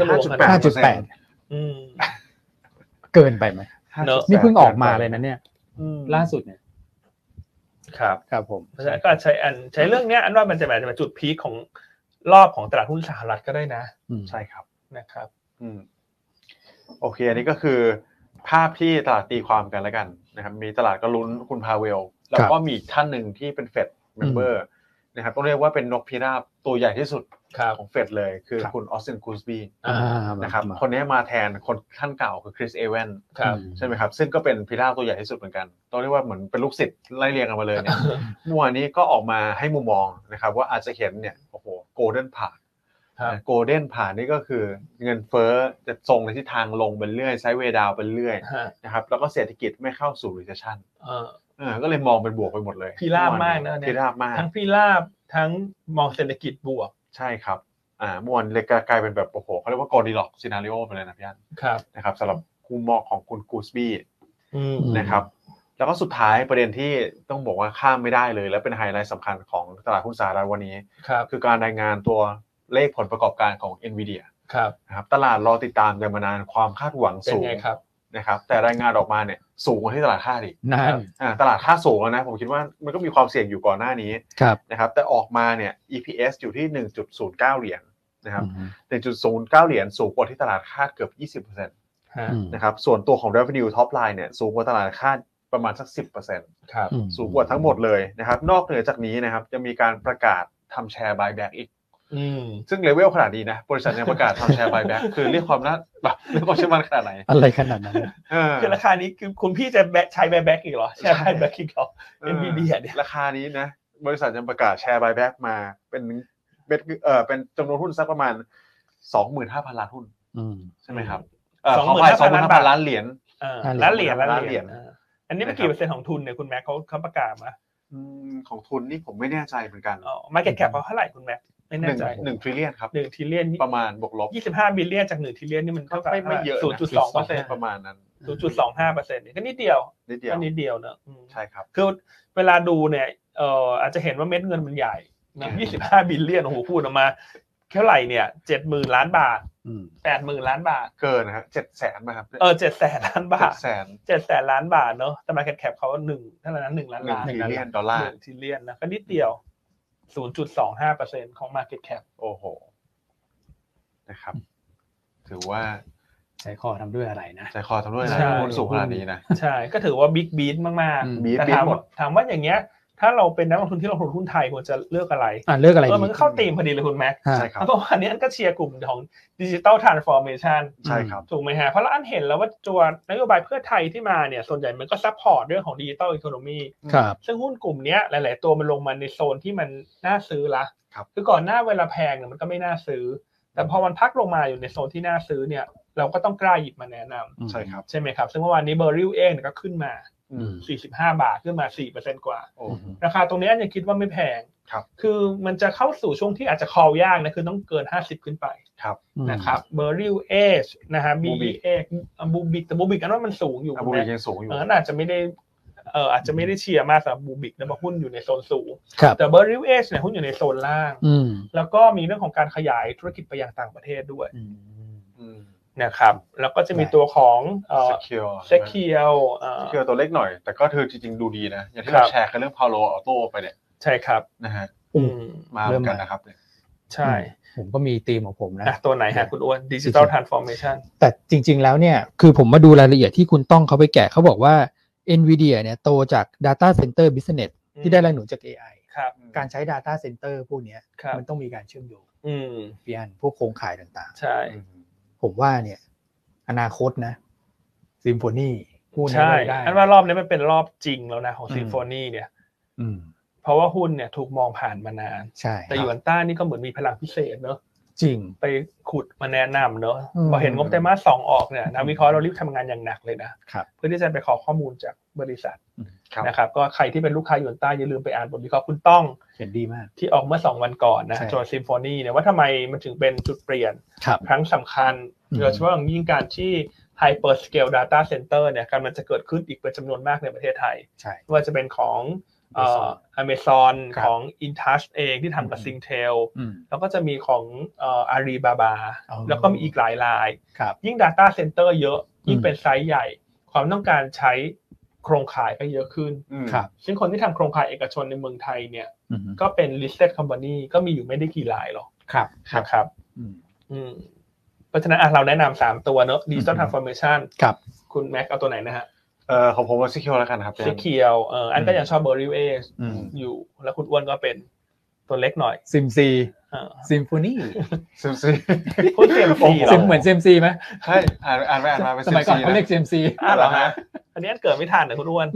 5.8 เกินไปไหมนี่เพิ่งออกมาเลยนะเนี่ยล่าสุดเนี่ยครับผมเพราะฉะนั้นก็ใช้เรื่องนี้อันว่ามันจะเป็นจุดพีคของรอบของตลาดหุ้นสหรัฐก็ได้นะใช่ครับนะครับโอเคอันนี้ก็คือภาพที่ตลาดตีความกันแล้วกันนะครับมีตลาดก็ลุ้นคุณพาเวลแล้วก็มีท่านหนึ่งที่เป็นเฟดเมมเบอร์นะครับต้องเรียกว่าเป็นนกพิราบตัวใหญ่ที่สุดของเฟดเลยคือคุณออสตินคูสบีนะครับคนนี้มาแทนคนท่านเก่าคือคริสเอเวนใช่ไหมครับซึ่งก็เป็นพิราบตัวใหญ่ที่สุดเหมือนกันต้องเรียกว่าเหมือนเป็นลูกศิษย์ไล่เรียงกันมาเลยเนี่ยเมื่อวานนี้ก็ออกมาให้มุมมองนะครับว่าอาจจะเห็นเนี่ยโอ้โหโกลเด้นผ่านโกลเด้นผ่านนี่ก็คือเงินเฟ้อจะทรงในทิศทางลงไปเรื่อยไซด์เวย์ดาวน์ไปเรื่อยนะครับแล้วก็เศรษฐกิจไม่เข้าสู่ recession ก็เลยมองเป็นบวกไปหมดเลยพิราบมากนะพิราบมากทั้งพิราบทั้งมองเศรษฐกิจบวกใช่ครับเมื่อวานเลยกลายเป็นแบบโอ้โหเขาเรียกว่า Goldilocks scenario ไปเลยนะพี่อันนะครับสำหรับมุมมองของคุณกูสบี้นะครับแล้วก็สุดท้ายประเด็นที่ต้องบอกว่าข้ามไม่ได้เลยและเป็นไฮไลท์สำคัญของตลาดหุ้นสหรัฐวันนี้คือการรายงานตัวเลขผลประกอบการของ Nvidia นะครับตลาดรอติดตามกันมานานความคาดหวังสูงนะครับแต่รายงานออกมาเนี่ยสูงกว่าที่ตลาดคาดอีกตลาดคาดสูงแล้วนะผมคิดว่ามันก็มีความเสี่ยงอยู่ก่อนหน้านี้นะครับแต่ออกมาเนี่ย EPS อยู่ที่ 1.09 เหรียญนะครับ 1.09 เหรียญสูงกว่าที่ตลาดคาดเกือบ 20% นะครับส่วนตัวของ revenue top line เนี่ยสูงกว่าตลาดคาดประมาณสัก 10% ครับสูงกว่าทั้งหมดเลยนะครับนอกเหนือจากนี้นะครับจะมีการประกาศทำแชร์ buyback อีกซึ่งเลเวลขนาดนี้นะบริษัทยังประกาศทำแชร์ buyback คือเรียกความน่าเรียกความเชื่อมั่นขนาดไหนอะไรขนาดนั้นคือราคานี้คือคุณพี่จะใช้ buyback อีกเหรอแชร์ buyback อีกเหรอ Nvidia เนี่ยราคานี้นะบริษัทยังประกาศแชร์ buyback มาเป็นเป็นจำนวนหุ้นสักประมาณ 25,000 ล้านหุ้นใช่ไหมครับ25,000 ล้านเหรียญล้านเหรียญอันนี้เป็นกี่เปอร์เซ็นต์ของทุนเนี่ยคุณแม็กเขาประกาศมาของทุนนี่ผมไม่แน่ใจเหมือนกัน market cap เขาเท่าไหร่คุณแม็กไม่แน่ใจ 1 trillion ครับ 1 trillion ประมาณบวกลบ 25 billion จาก1 trillion นี่มันเท่ากับไม่เยอะ 0.2% ประมาณนั้น 0.25% นี่ก็นิดเดียวเนอะใช่ครับคือเวลาดูเนี่ยอาจจะเห็นว่าเม็ดเงินมันใหญ่นะ25 billion โอ้โหพูดออกมาเท่าไหร่เนี่ย 70,000 ล้านบาท80,000 ล้านบาทเกินนะฮะ 700,000 มั้ยครับ 700,000 ล้านบาท700,000 ล้านบาทเนาะแต่ market cap เขา1เท่านั้น1ล้านล้าน 1 trillion ดอลลาร์ 1 trillion นะก็นิดเดียว 0.25% ของ market cap โอ้โหนะครับถือว่าใจคอทำด้วยอะไรนะใจคอทำด้วยอะไรหุ้นสูงขนาดนี้นะใช่ก็ถือว่าบิ๊กบีทมากๆแต่ถามว่าอย่างเงี้ยถ้าเราเป็นนักลงทุนที่ลงทุนหุ้นไทยควรจะเลือกอะไรมันก็เข้าธีมพอดีเลยคุณแม็กใช่ครับเพราะว่าอันนี้อันก็เชียร์กลุ่มของ Digital Transformation ใช่ครับถูกไหมฮะเพราะเราอันเห็นแล้วว่าตัวนโยบายเพื่อไทยที่มาเนี่ยส่วนใหญ่มันก็ซัพพอร์ตเรื่องของ Digital Economy ซึ่งหุ้นกลุ่มนี้หลายๆตัวมันลงมาในโซนที่มันน่าซื้อละคือก่อนหน้าเวลาแพงเนี่ยมันก็ไม่น่าซื้อแต่พอมันพักลงมาอยู่ในโซนที่น่าซื้อเนี่ยเราก็ต้องกล้าหยิบมาแนะนำใช่ครับใช่ไหมครับซึ่งเมื่อวานนี้เบอร์ริลเองก็ขึ้นมา45 บาทขึ้นมา 4% กว่าราคาตรงนี้ยังคิดว่าไม่แพงคือมันจะเข้าสู่ช่วงที่อาจจะ call ยากนะคือต้องเกิน50ขึ้นไปนะครับเบอร์ริลเอชนะฮะ BEX บูบิกแต่บูบิกอันว่ามันสูงอยู่บูบิกยังสูงอยู่อาจจะไม่ได้เชียร์มากสำหรับบูบิกนะเพราะหุ้นอยู่ในโซนสูงแต่เบอร์ริลเอชเนี่ยหุ้นอยู่ในโซนล่างแล้วก็มีเรื่องของการขยายธุรกิจไปยังต่างประเทศด้วยนะครับแล้วก็จะมีตัวของ Secure ตัวเล็กหน่อยแต่ก็คือจริงๆดูดีนะอย่างที่เราแชร์กันเรื่อง Palo Alto ไปเนี่ยใช่ครับนะฮะมาเหมือนกันนะครับใช่ผมก็มีธีมของผมนะตัวไหนฮะคุณอ้วน Digital Transformation แต่จริงๆแล้วเนี่ยคือผมมาดูรายละเอียดที่คุณต้องเขาไปแกะเขาบอกว่า Nvidia เนี่ยโตจาก Data Center Business ที่ได้แรงหนุนจาก AI การใช้ Data Center พวกนี้มันต้องมีการเชื่อมโยงพี่อันพวกโครงข่ายต่างๆใช่ผมว่าเนี่ยอนาคตนะซิมโฟนีหุ้นได้อันว่ารอบนี้มันเป็นรอบจริงแล้วนะของซิมโฟนีเนี่ยเพราะว่าหุ้นเนี่ยถูกมองผ่านมานานแต่หยวนต้านี่ก็เหมือนมีพลังพิเศษเนอะจริงไปขุดมาแนะนำเนอะพอเห็นงบไตรมาส 2ออกเนี่ยนักวิเคราะห์เรารีบทำงานอย่างหนักเลยนะเพื่อที่จะไปขอข้อมูลจากบริษัทนะครับก็ใครที่เป็นลูกค้าหยวนต้าอย่าลืมไปอ่านบทวิเคราะห์คุณต้องเห็นดีมากที่ออกเมื่อ2วันก่อนนะตัวซิมโฟนีเนี่ยว่าทำไมมันถึงเป็นจุดเปลี่ยนครั้งสำคัญโดยเฉพาะอย่างยิ่งการที่ Hyper Scale Data Center เนี่ยกำลังจะเกิดขึ้นอีกเป็นจำนวนมากในประเทศไทยไม่ว่าจะเป็นของAmazon ของ InTouch เองที่ทำกับ Singtel แล้วก็จะมีของAlibaba แล้วก็มีอีกหลายรายยิ่ง Data Center เยอะยิ่งเป็นไซส์ใหญ่ความต้องการใช้โครงข่ายก็เยอะขึ้นซึ่งคนที่ทำโครงข่ายเอกชนในเมืองไทยเนี่ยก็เป็น listed company ก็มีอยู่ไม่ได้กี่รายหรอกนะครับเพราะฉะนั้นเราแนะนำ3ตัวเนอะ Digital Transformation คุณแม็กเอาตัวไหนนะฮะของผมว่า Secure แล้วกันครับ Secure อันก็ยังชอบ Berry Ace อยู่แล้วคุณอ้วนก็เป็นตัวเล็กหน่อย SimC Symphony SimC พูด CMC เหมือน CMC มั้ยใช่อ่านมาเป็นสมัยก่อนเขาเรียก CMC เหรอฮะอันนี้เกิดไม่ทันนะคุณอ้วน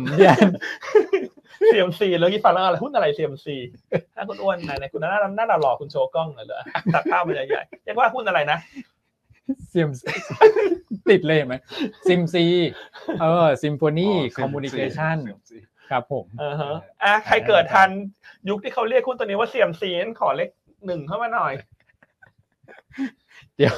CMC แล้วกี่ฟังแล้วอะไรหุ้นอะไร CMC ถ้าคุณอ้วนไหนคุณหน้าหล่อคุณโชว์กล้องหน่อยเหรอตัดภาพมาใหญ่ๆเรียกว่าหุ้นอะไรนะ CMC ติดเลยมั้ย SimC Symphony Communication ครับผมใครเกิดทันยุคที่เขาเรียกหุ้นตัวนี้ว่า CMC นั้นขอเลข1เข้ามาหน่อยเดี๋ยว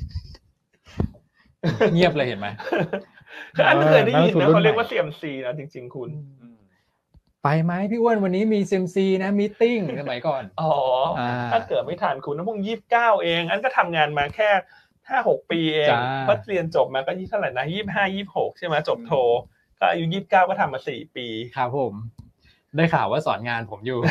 เงียบเลยเห็นไหมอันเคยได้ยินนะเขาเรียกว่า CMC นะจริงๆคุณไปไหมพี่อ้วนวันนี้มี CMC นะมีตติ้งสมัยก่อนถ้าเกิดไม่ทันคุณนะพวก29เองอันก็ทำงานมาแค่5-6 ปีเองเพราะเรียนจบมาก็เท่าไหร่นะ25-26ใช่ไหมจบโทก็อายุ29ก็ทำมา4ปีครับผมได้ข่าวว่าสอนงานผมอยู่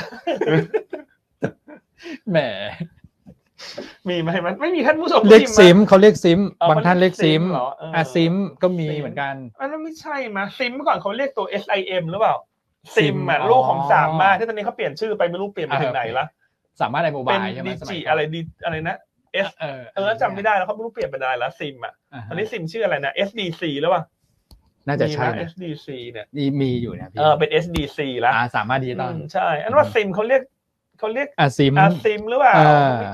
แหมมีไหมมันไม่มีท่านผู้ชมเรียกซิมเขาเรียกซิมบางท่านเรียกซิมซิมก็มีเหมือนกันอันนั้นไม่ใช่มั้ยซิมเมื่อก่อนเขาเรียกตัว SIM หรือเปล่าซิมอ่ะลูกของสามารถที่ตอนนี้เขาเปลี่ยนชื่อไปไม่รู้เปลี่ยนไปถึงไหนละสามารถในโมบายใช่มั้ยสมัยอะไรนะจำไม่ได้แล้วเขาไม่รู้เปลี่ยนเป็นอะไรแล้วซิมอ่ะตอนนี้ซิมชื่ออะไรนะ SDC หรือเปล่าน่าจะใช่ SDC เนี่ยมีอยู่นะพี่เป็น SDC แล้วสามารถดิจิตอลใช่อันว่าซิมเขาเรียกเขาเรียกอาซิมหรือเปล่า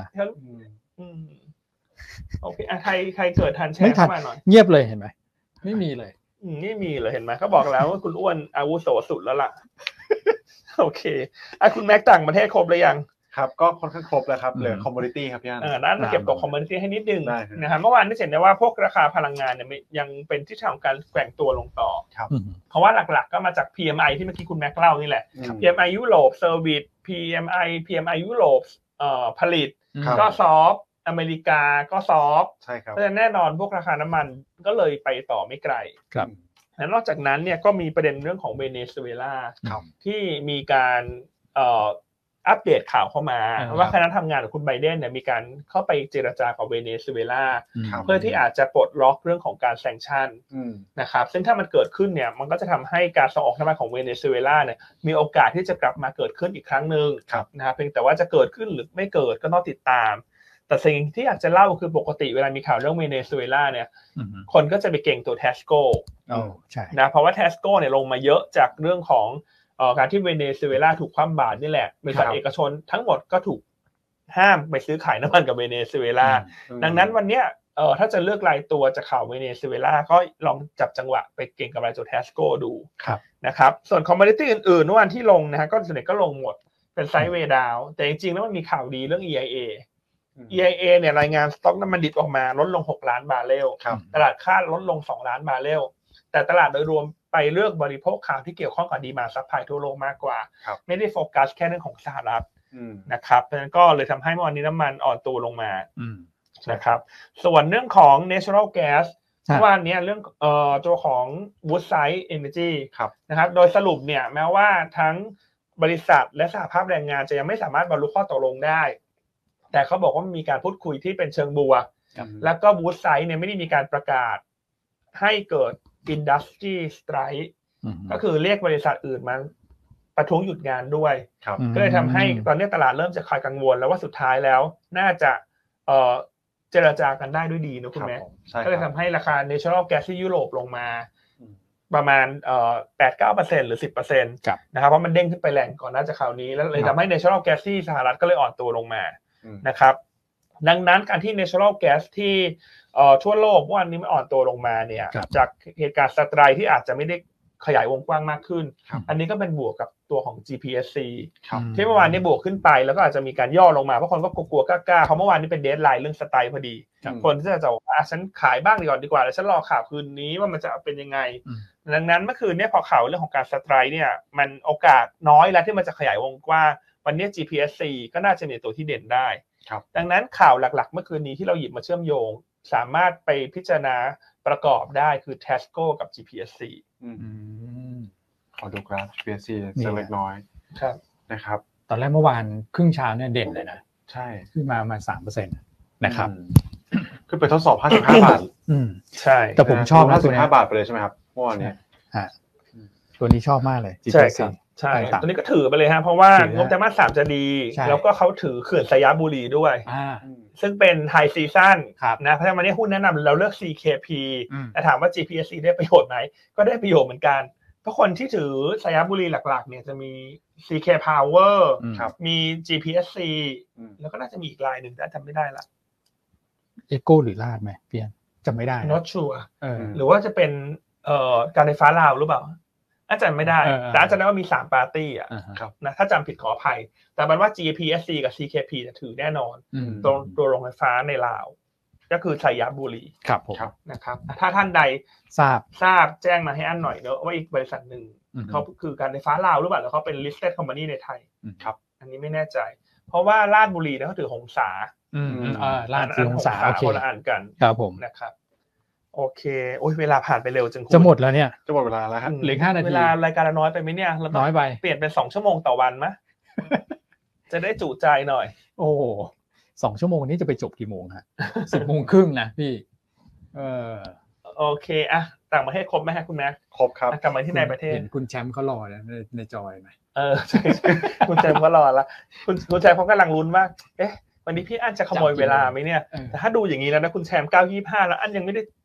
โอเคใครเกิดทันแชร์เข้ามาหน่อยเงียบเลยเห็นไหมไม่มีเลยไม่มีเลยเห็นไหมเขาบอกแล้วว่าคุณอ้วนอาวุโสสุดแล้วล่ะโอเคคุณแม็กต่างประเทศครบหรือยังครับก็ค่อนข้างครบแล้วครับเหลือคอมมูนิตี้ครับพี่อันนั่นมาเก็บตัวคอมมูนิตี้ให้นิดนึงนะครับเมื่อวานได้เห็นได้ว่าพวกราคาพลังงานเนี่ยยังเป็นทิศทางของการแกว่งตัวลงต่อเพราะว่าหลักๆก็มาจาก PMI ที่เมื่อกี้คุณแม็กเล่านี่แหละ PMI ยุโรปเซอร์วิส PMI ยุโรปผลิตก็ซอฟอเมริกาก็ซอฟใช่ครับเพราะฉะนั้นแน่นอนพวกราคาน้ำมันก็เลยไปต่อไม่ไกลครับและนอกจากนั้นเนี่ยก็มีประเด็นเรื่องของเวเนซุเอลาที่มีการอัปเดตข่าวเข้ามาว่าคณะทำงานของคุณไบเดนเนี่ยมีการเข้าไปเจรจากับเวเนซุเอลาเพื่อที่อาจจะปลดล็อกเรื่องของการแซงชั่นนะครับซึ่งถ้ามันเกิดขึ้นเนี่ยมันก็จะทำให้การส่งออกน้ำมันของเวเนซุเอลาเนี่ยมีโอกาสที่จะกลับมาเกิดขึ้นอีกครั้งนึงนะครับเพียงแต่ว่าจะเกิดขึ้นหรือไม่เกิดก็ต้องติดตามแต่สิ่งที่อยากจะเล่าคือปกติเวลามีข่าวเรื่องเวเนซุเอลาเนี่ยคนก็จะไปเก่งตัว Tesco ใช่นะเพราะว่า Tesco เนี่ยลงมาเยอะจากเรื่องของการที่เวเนซุเอลาถูกคว่ำบาตรนี่แหละบริษัทเอกชนทั้งหมดก็ถูกห้ามไปซื้อขายน้ำมันกับเวเนซุเอลาดังนั้นวันเนี้ยถ้าจะเลือกรายตัวจากข่าวเวเนซุเอลาก็ลองจับจังหวะไปเก่งกับรายตัว Tesco ดูนะครับส่วนคอมมูนิตี้อื่นๆเมื่อวานที่ลงนะฮะก็ส่วนใหญ่ก็ลงหมดเป็นไซด์เวย์ดาวแต่จริงๆแล้วมันมีข่าวดีเรื่อง EIA เนี่ยรายงานสต็อกน้ำมันดิบออกมาลดลง6ล้านบาร์เรลตลาดคาดลดลง2ล้านบาร์เรลแต่ตลาดโดยรวมไปเลือกบริโภคข่าวที่เกี่ยวข้องกับดีมานด์ซัพพลายทั่วโลกมากกว่าไม่ได้โฟกัสแค่เรื่องของสหรัฐนะครับเพราะฉะนั้นก็เลยทำให้เมื่อวานนี้น้ำมันอ่อนตัวลงมานะครับส่วนเรื่องของ natural gas เมื่อวานนี้เรื่องตัวของ Woodside Energy นะครับโดยสรุปเนี่ยแม้ว่าทั้งบริษัทและสหภาพแรงงานจะยังไม่สามารถบรรลุข้อตกลงได้แต่เขาบอกว่ามีการพูดคุยที่เป็นเชิงบวกแล้วก็ Woodside เนี่ยไม่ได้มีการประกาศให้เกิดindustry strike ก็คือเรียกบริษัทอื่นมาประท้วงหยุดงานด้วยก็เลยทำให้ตอนนี้ตลาดเริ่มจะคลายกังวลแล้วว่าสุดท้ายแล้วน่าจะเจรจากันได้ด้วยดีนะคุณแม่ก็เลยทำให้ราคา natural gas ที่ยุโรปลงมาประมาณ8-9% หรือ 10% นะครับเพราะมันเด้งขึ้นไปแรงก่อนน่าจะคราวนี้แล้วเลยทำให้ natural gas ที่สหรัฐก็เลยอ่อนตัวลงมานะครับดังนั้นการที่ natural gas ที่ทั่วโลกวันนี้มันอ่อนตัวลงมาเนี่ยจากเหตุการณ์สไตรค์ที่อาจจะไม่ได้ขยายวงกว้างมากขึ้นอันนี้ก็เป็นบวกกับตัวของ GPSC ที่เมื่อวานนี้บวกขึ้นไปแล้วก็อาจจะมีการย่อลงมาเพราะคนก็กลัวๆกล้าๆเพราะเมื่อวานนี้เป็นเดดไลน์เรื่องสไตรค์พอดีคนที่จะบอกว่าฉันขายบ้างดีกว่าแล้วฉันรอข่าวคืนนี้ว่ามันจะเป็นยังไงดังนั้นเมื่อคืนนี้พอข่าวเรื่องของการสไตรค์เนี่ยมันโอกาสน้อยแล้วที่มันจะขยายวงกว้างวันนี้ GPSC ก็น่าจะเป็นตัวที่เด่นได้ดังนั้นข่าวหลักๆเมื่อคืนนี้ที่เราหยิบมาเชื่อมโยงสามารถไปพิจารณาประกอบได้คือ Tesco กับ GPSC ขอดูกราฟ GPSC สักเล็กน้อยนะครับตอนแรกเมื่อวานครึ่งเช้าเนี่ยเด่นเลยนะใช่ขึ้นมาประมาณ 3% นะครับขึ้นไปทดสอบ55 บาทใช่แต่ผมชอบนะตัวนี้ 55 บาทไปเลยใช่ไหมครับเมื่อวานนี้ตัวนี้ชอบมากเลย GPSCใช่ตัวนี้ก็ถือไปเลยฮะเพราะว่างบไตรมาส3จะดีแล้วก็เขาถือเขื่อนสยามบุรีด้วยซึ่งเป็นไฮซีซั่นนะเพราะฉะนั้นวันนี้หุ้นแนะนำเราเลือก CKP แต่ถามว่า GPSC ได้ประโยชน์ไหมก็ได้ประโยชน์เหมือนกันเพราะคนที่ถือสยามบุรีหลักๆเนี่ยจะมี CK Power มี GPSC แล้วก็น่าจะมีอีกรายหนึ่งแต่จำไม่ได้ละ Echo หรือลาดไหมเพียนจำไม่ได้ Not sure หรือว่าจะเป็นการไฟฟ้าลาวหรือเปล่าอาจารย์ไม่ได้แต่อาจารย์ว่ามี3ปาร์ตี้อ่ะนะถ้าจำผิดขออภัยแต่มันว่า GPSC กับ CKP จะถือแน่นอนตัวโรงไฟฟ้าในลาวก็คือชัยบุรีครับผมนะครับถ้าท่านใดทราบแจ้งมาให้อันหน่อยเนอะว่าอีกบริษัทหนึ่งเขาคือการไฟฟ้าลาวหรือเปล่าแล้วเขาเป็น listed company ในไทยครับอันนี้ไม่แน่ใจเพราะว่าราชบุรีเขาถือหงสาราชถือหงสาโอเคคนละอันกันครับผมนะครับโอเคโอ้ยเวลาผ่านไปเร็วจังจะหมดแล้วเนี่ยจะหมดเวลาแล้วครับเหลือ5 นาทีเวลารายการเราน้อยไปไหมเนี่ยน้อยไปเปลี่ยนเป็น2ชั่วโมงต่อวันมั้ยจะได้จุใจหน่อยโอ้2ชั่วโมงนี้จะไปจบกี่โมงฮะ 10:30 นนะพี่โอเคอะต่างประเทศครบมั้ยฮะคุณแม็กครบครับกลับมาที่ในประเทศเห็นคุณแชมป์เค้ารอแล้วในจอยมั้ยใช่คุณแชมป์ก็รอแล้วคุณแชมป์เขากำลังลุ้นว่าเอ๊ะวันนี้พี่อั้นจะขโมยเวลามั้ยเนี่ยแต่ถ้าดูอย่างงี้แล้วนะคุณแชมป์9:25แล้วอั้นยังไม่ได้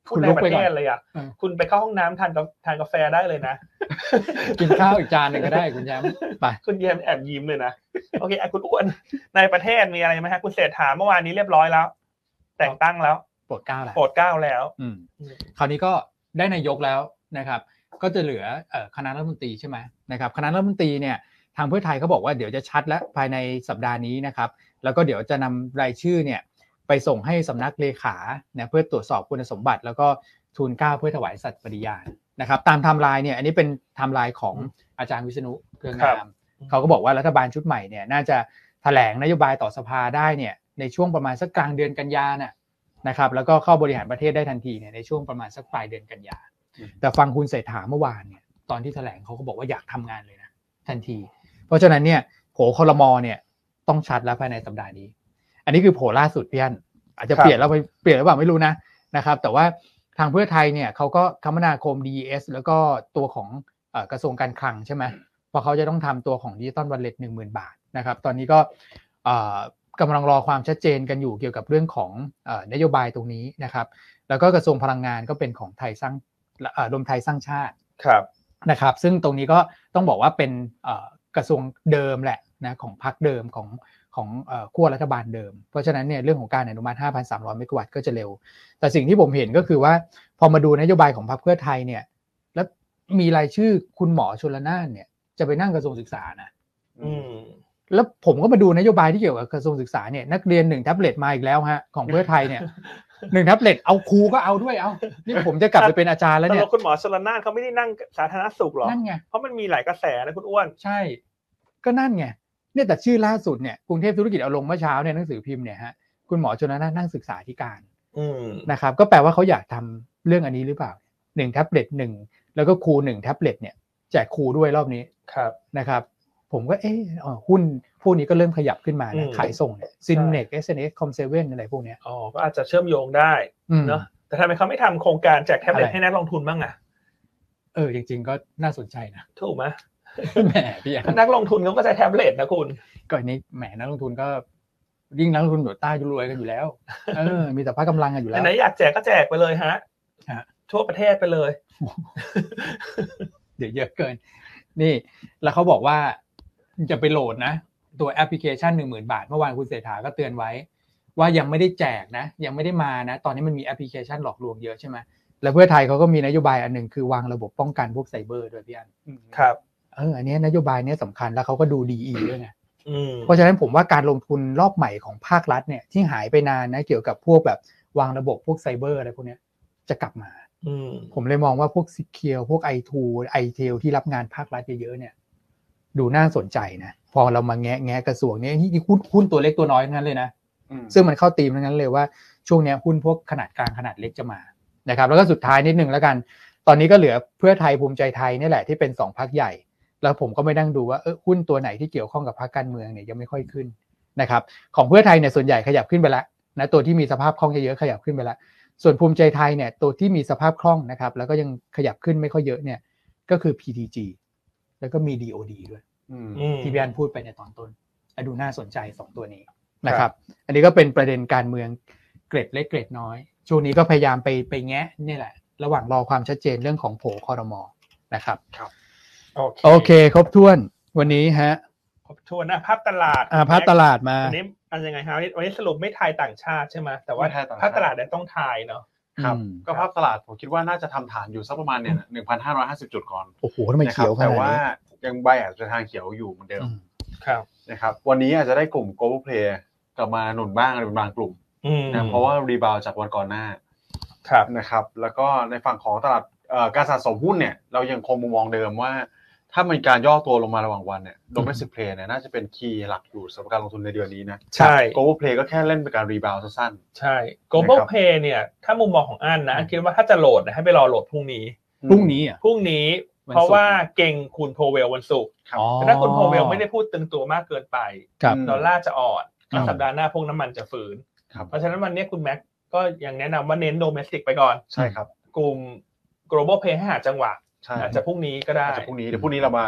พูดในประเทศเลยอ่ะคุณไปเข้าห้องน้ำทานกาแฟได้เลยนะกินข้าวอีกจานนึงก็ได้คุณแย้มไปคุณแย้มแอบยิ้มเลยนะโอเคคุณอ้วนในประเทศมีอะไรไหมฮะคุณเศรษฐาเมื่อวานนี้เรียบร้อยแล้วแต่งตั้งแล้วโปรดเกล้าแล้วคราวนี้ก็ได้นายกแล้วนะครับก็จะเหลือคณะรัฐมนตรีใช่ไหมนะครับคณะรัฐมนตรีเนี่ยทางเพื่อไทยเขาบอกว่าเดี๋ยวจะชัดแล้วภายในสัปดาห์นี้นะครับแล้วก็เดี๋ยวจะนำรายชื่อเนี่ยไปส่งให้สำนักเลขาเนี่ยเพื่อตรวจสอบคุณสมบัติแล้วก็ทูลเกล้าเพื่อถวายสัตย์ปฏิญาณนะครับตามไทม์ไลน์เนี่ยอันนี้เป็นไทม์ไลน์ของอาจารย์วิษณุเครืองามเขาก็บอกว่ารัฐบาลชุดใหม่เนี่ยน่าจะแถลงนโยบายต่อสภาได้เนี่ยในช่วงประมาณสักกลางเดือนกันยายนนะครับแล้วก็เข้าบริหารประเทศได้ทันทีเนี่ยในช่วงประมาณสักปลายเดือนกันยายนแต่ฟังคุณเศรษฐาเมื่อวานเนี่ยตอนที่แถลงเขาก็บอกว่าอยากทำงานเลยนะทันทีเพราะฉะนั้นเนี่ยโผครม.เนี่ยต้องชัดแล้วภายในสัปดาห์นี้อันนี้คือโผล่าสุดพี่อั้นอาจจะเปลี่ยนหรือเปล่าไม่รู้นะครับแต่ว่าทางเพื่อไทยเนี่ยเขาก็คมนาคม DES แล้วก็ตัวของกระทรวงการคลังใช่ไหมเพราะเขาจะต้องทำตัวของ Digital Wallet 10,000 บาทนะครับตอนนี้ก็กำลังรอความชัดเจนกันอยู่เกี่ยวกับเรื่องของนโยบายตรงนี้นะครับแล้วก็กระทรวงพลังงานก็เป็นของไทยสร้างรวมไทยสร้างชาตินะครับซึ่งตรงนี้ก็ต้องบอกว่าเป็นกระทรวงเดิมแหละนะของพรรคเดิมของขั้วรัฐบาลเดิมเพราะฉะนั้นเนี่ยเรื่องของการอนุมัติ 5,300 เมกะวัตต์ก็จะเร็วแต่สิ่งที่ผมเห็นก็คือว่าพอมาดูนโยบายของพรรคเพื่อไทยเนี่ยแล้วมีรายชื่อคุณหมอชลน่านเนี่ยจะไปนั่งกระทรวงศึกษานะแล้วผมก็มาดูนโยบายที่เกี่ยวกับกระทรวงศึกษาเนี่ยนักเรียน1แท็บเล็ตมาอีกแล้วฮะของเพื่อไทยเนี่ย1แท็บเล็ตเอาครูก็เอาด้วยนี่ผมจะกลับไปเป็นอาจารย์แล้วเนี่ยคุณหมอชลน่านเขาไม่ได้นั่งสาธารณสุขหรอนั่นไงเพราะมันมีหลายกระแสนะคุณอ้วนใช่ก็นั่นไงเนี่ยแต่ชื่อล่าสุดเนี่ยกรุงเทพธุรกิจเอาลงเมื่อเช้าเนี่ยหนังสือพิมพ์เนี่ยฮะคุณหมอชลน่านนั่งศึกษาธิการนะครับก็แปลว่าเขาอยากทำเรื่องอันนี้หรือเปล่า1แท็บเล็ต1แล้วก็ครู1แท็บเล็ตเนี่ยแจกครูด้วยรอบนี้นะครับผมก็หุ้นพวกนี้ก็เริ่มขยับขึ้นมานะขายส่งเนี่ย Synnex SNS Com7 อะไรพวกเนี้ยก็อาจจะเชื่อมโยงได้เนาะแต่ทำไมเขาไม่ทำโครงการแจกแท็บเล็ตให้นักลงทุนบ้างอ่ะจริงๆก็น่าสนใจนะถูกไหมแหมพี่นักลงทุนเขาก็ใช้แท็บเล็ตนะคุณก็นี้แหมนักลงทุนก็ยิ่งนักลงทุนอยู่ใต้รวยกันอยู่แล้วมีแต่พละกำลังกันอยู่แล้วไหนอยากแจกก็แจกไปเลยฮะทั่วประเทศไปเลยเดี๋ยวเยอะเกินนี่แล้วเขาบอกว่าจะไปโหลดนะตัวแอปพลิเคชัน 10,000 บาทเมื่อวานคุณเศรษฐาก็เตือนไว้ว่ายังไม่ได้แจกนะยังไม่ได้มานะตอนนี้มันมีแอปพลิเคชันหลอกลวงเยอะใช่ไหมแล้วเพื่อไทยเขาก็มีนโยบายอันนึงคือวางระบบป้องกันพวกไซเบอร์ด้วยพี่อันครับอันนี้นโยบายนี้สำคัญแล้วเขาก็ดู DE ด้วยไงเพราะฉะนั้นผมว่าการลงทุนรอบใหม่ของภาครัฐเนี่ยที่หายไปนานนะเกี่ยวกับพวกแบบวางระบบพวกไซเบอร์อะไรพวกนี้จะกลับมาผมเลยมองว่าพวก Secure พวก i2 iTel ที่รับงานภาครัฐเยอะๆเนี่ยดูน่าสนใจนะพอเรามาแงะกระทรวงนี้นี่หุ้นตัวเล็กตัวน้อยทั้งนั้นเลยนะซึ่งมันเข้าธีมทั้งนั้นเลยว่าช่วงนี้หุ้นพวกขนาดกลางขนาดเล็กจะมานะครับแล้วก็สุดท้ายนิดนึงแล้วกันตอนนี้ก็เหลือเพื่อไทยภูมิใจไทยนี่แหละที่เป็น2พรรคใหญ่แล้วผมก็ไม่นั่งดูว่าหุ้นตัวไหนที่เกี่ยวข้องกับพรรคการเมืองเนี่ยยังไม่ค่อยขึ้นนะครับของเพื่อไทยเนี่ยส่วนใหญ่ขยับขึ้นไปแล้วนะตัวที่มีสภาพคล่องเยอะๆขยับขึ้นไปแล้วส่วนภูมิใจไทยเนี่ยตัวที่มีสภาพคล่องนะครับแล้วก็ยังขยับขึ้นไม่ค่อยเยอะเนี่ยก็คือ PTG แล้วก็มี DOD ด้วยที่พี่อันพูดไปในตอนต้นดูน่าสนใจ2ตัวนี้นะครับอันนี้ก็เป็นประเด็นการเมืองเกร็ดเล็กเกร็ดน้อยช่วงนี้ก็พยายามไปแงะนี่แหละระหว่างรอความชัดเจนเรื่องของโผครม.นะครับโอเคครบถ้วนวันนี้ฮะครบถ้วนนะภาพตลาดภาพตลาดมาวันนี้ยังไงครับวันนี้สรุปไม่ทายต่างชาติใช่ไหมแต่ว่าภาพตลาดเนี่ยต้องทายเนาะครับก็ภาพตลาดผมคิดว่าน่าจะทำฐานอยู่สักประมาณเนี่ย 1,550 จุดก่อนโอ้โหทำไมเขียวขนาดนี้แต่ว่ายังใบอาจจะทางเขียวอยู่เหมือนเดิมครับนะครับวันนี้อาจจะได้กลุ่ม global play กลับมาหนุนบ้างเป็นบางกลุ่มนะเพราะว่ารีบาวจากวันก่อนหน้านะครับแล้วก็ในฝั่งของตลาดการสะสมหุ้นเนี่ยเรายังคงมุมมองเดิมว่าถ้ามันการย่อตัวลงมาระหว่างวันเนี่ย domestic play เนี่ยน่าจะเป็นคีย์หลักอยู่สำหรับการลงทุนในเดือนนี้นะใช่ global play ก็แค่เล่นเป็นการรีบาวสั้นๆใช่ global play เนี่ยถ้ามุมมองของอันนะคิดว่าถ้าจะโหลดให้ไปรอโหลดพรุ่งนี้เพราะว่าเก่งคุณโพเวลวันศุกร์ถ้าคุณโพเวลไม่ได้พูดตึงตัวมากเกินไปดอลลาร์จะอ่อนสัปดาห์หน้าพวกน้ำมันจะฟื้นเพราะฉะนั้นวันนี้คุณแม็กก็ยังแนะนำว่าเน้น domestic ไปก่อนใช่ครับกลุ่ม global play ให้หาจังหวะอาจจะพรุ่งนี้ก็ได้อาจจะพรุ่งนี้เดี๋ยวพรุ่งนี้เรามา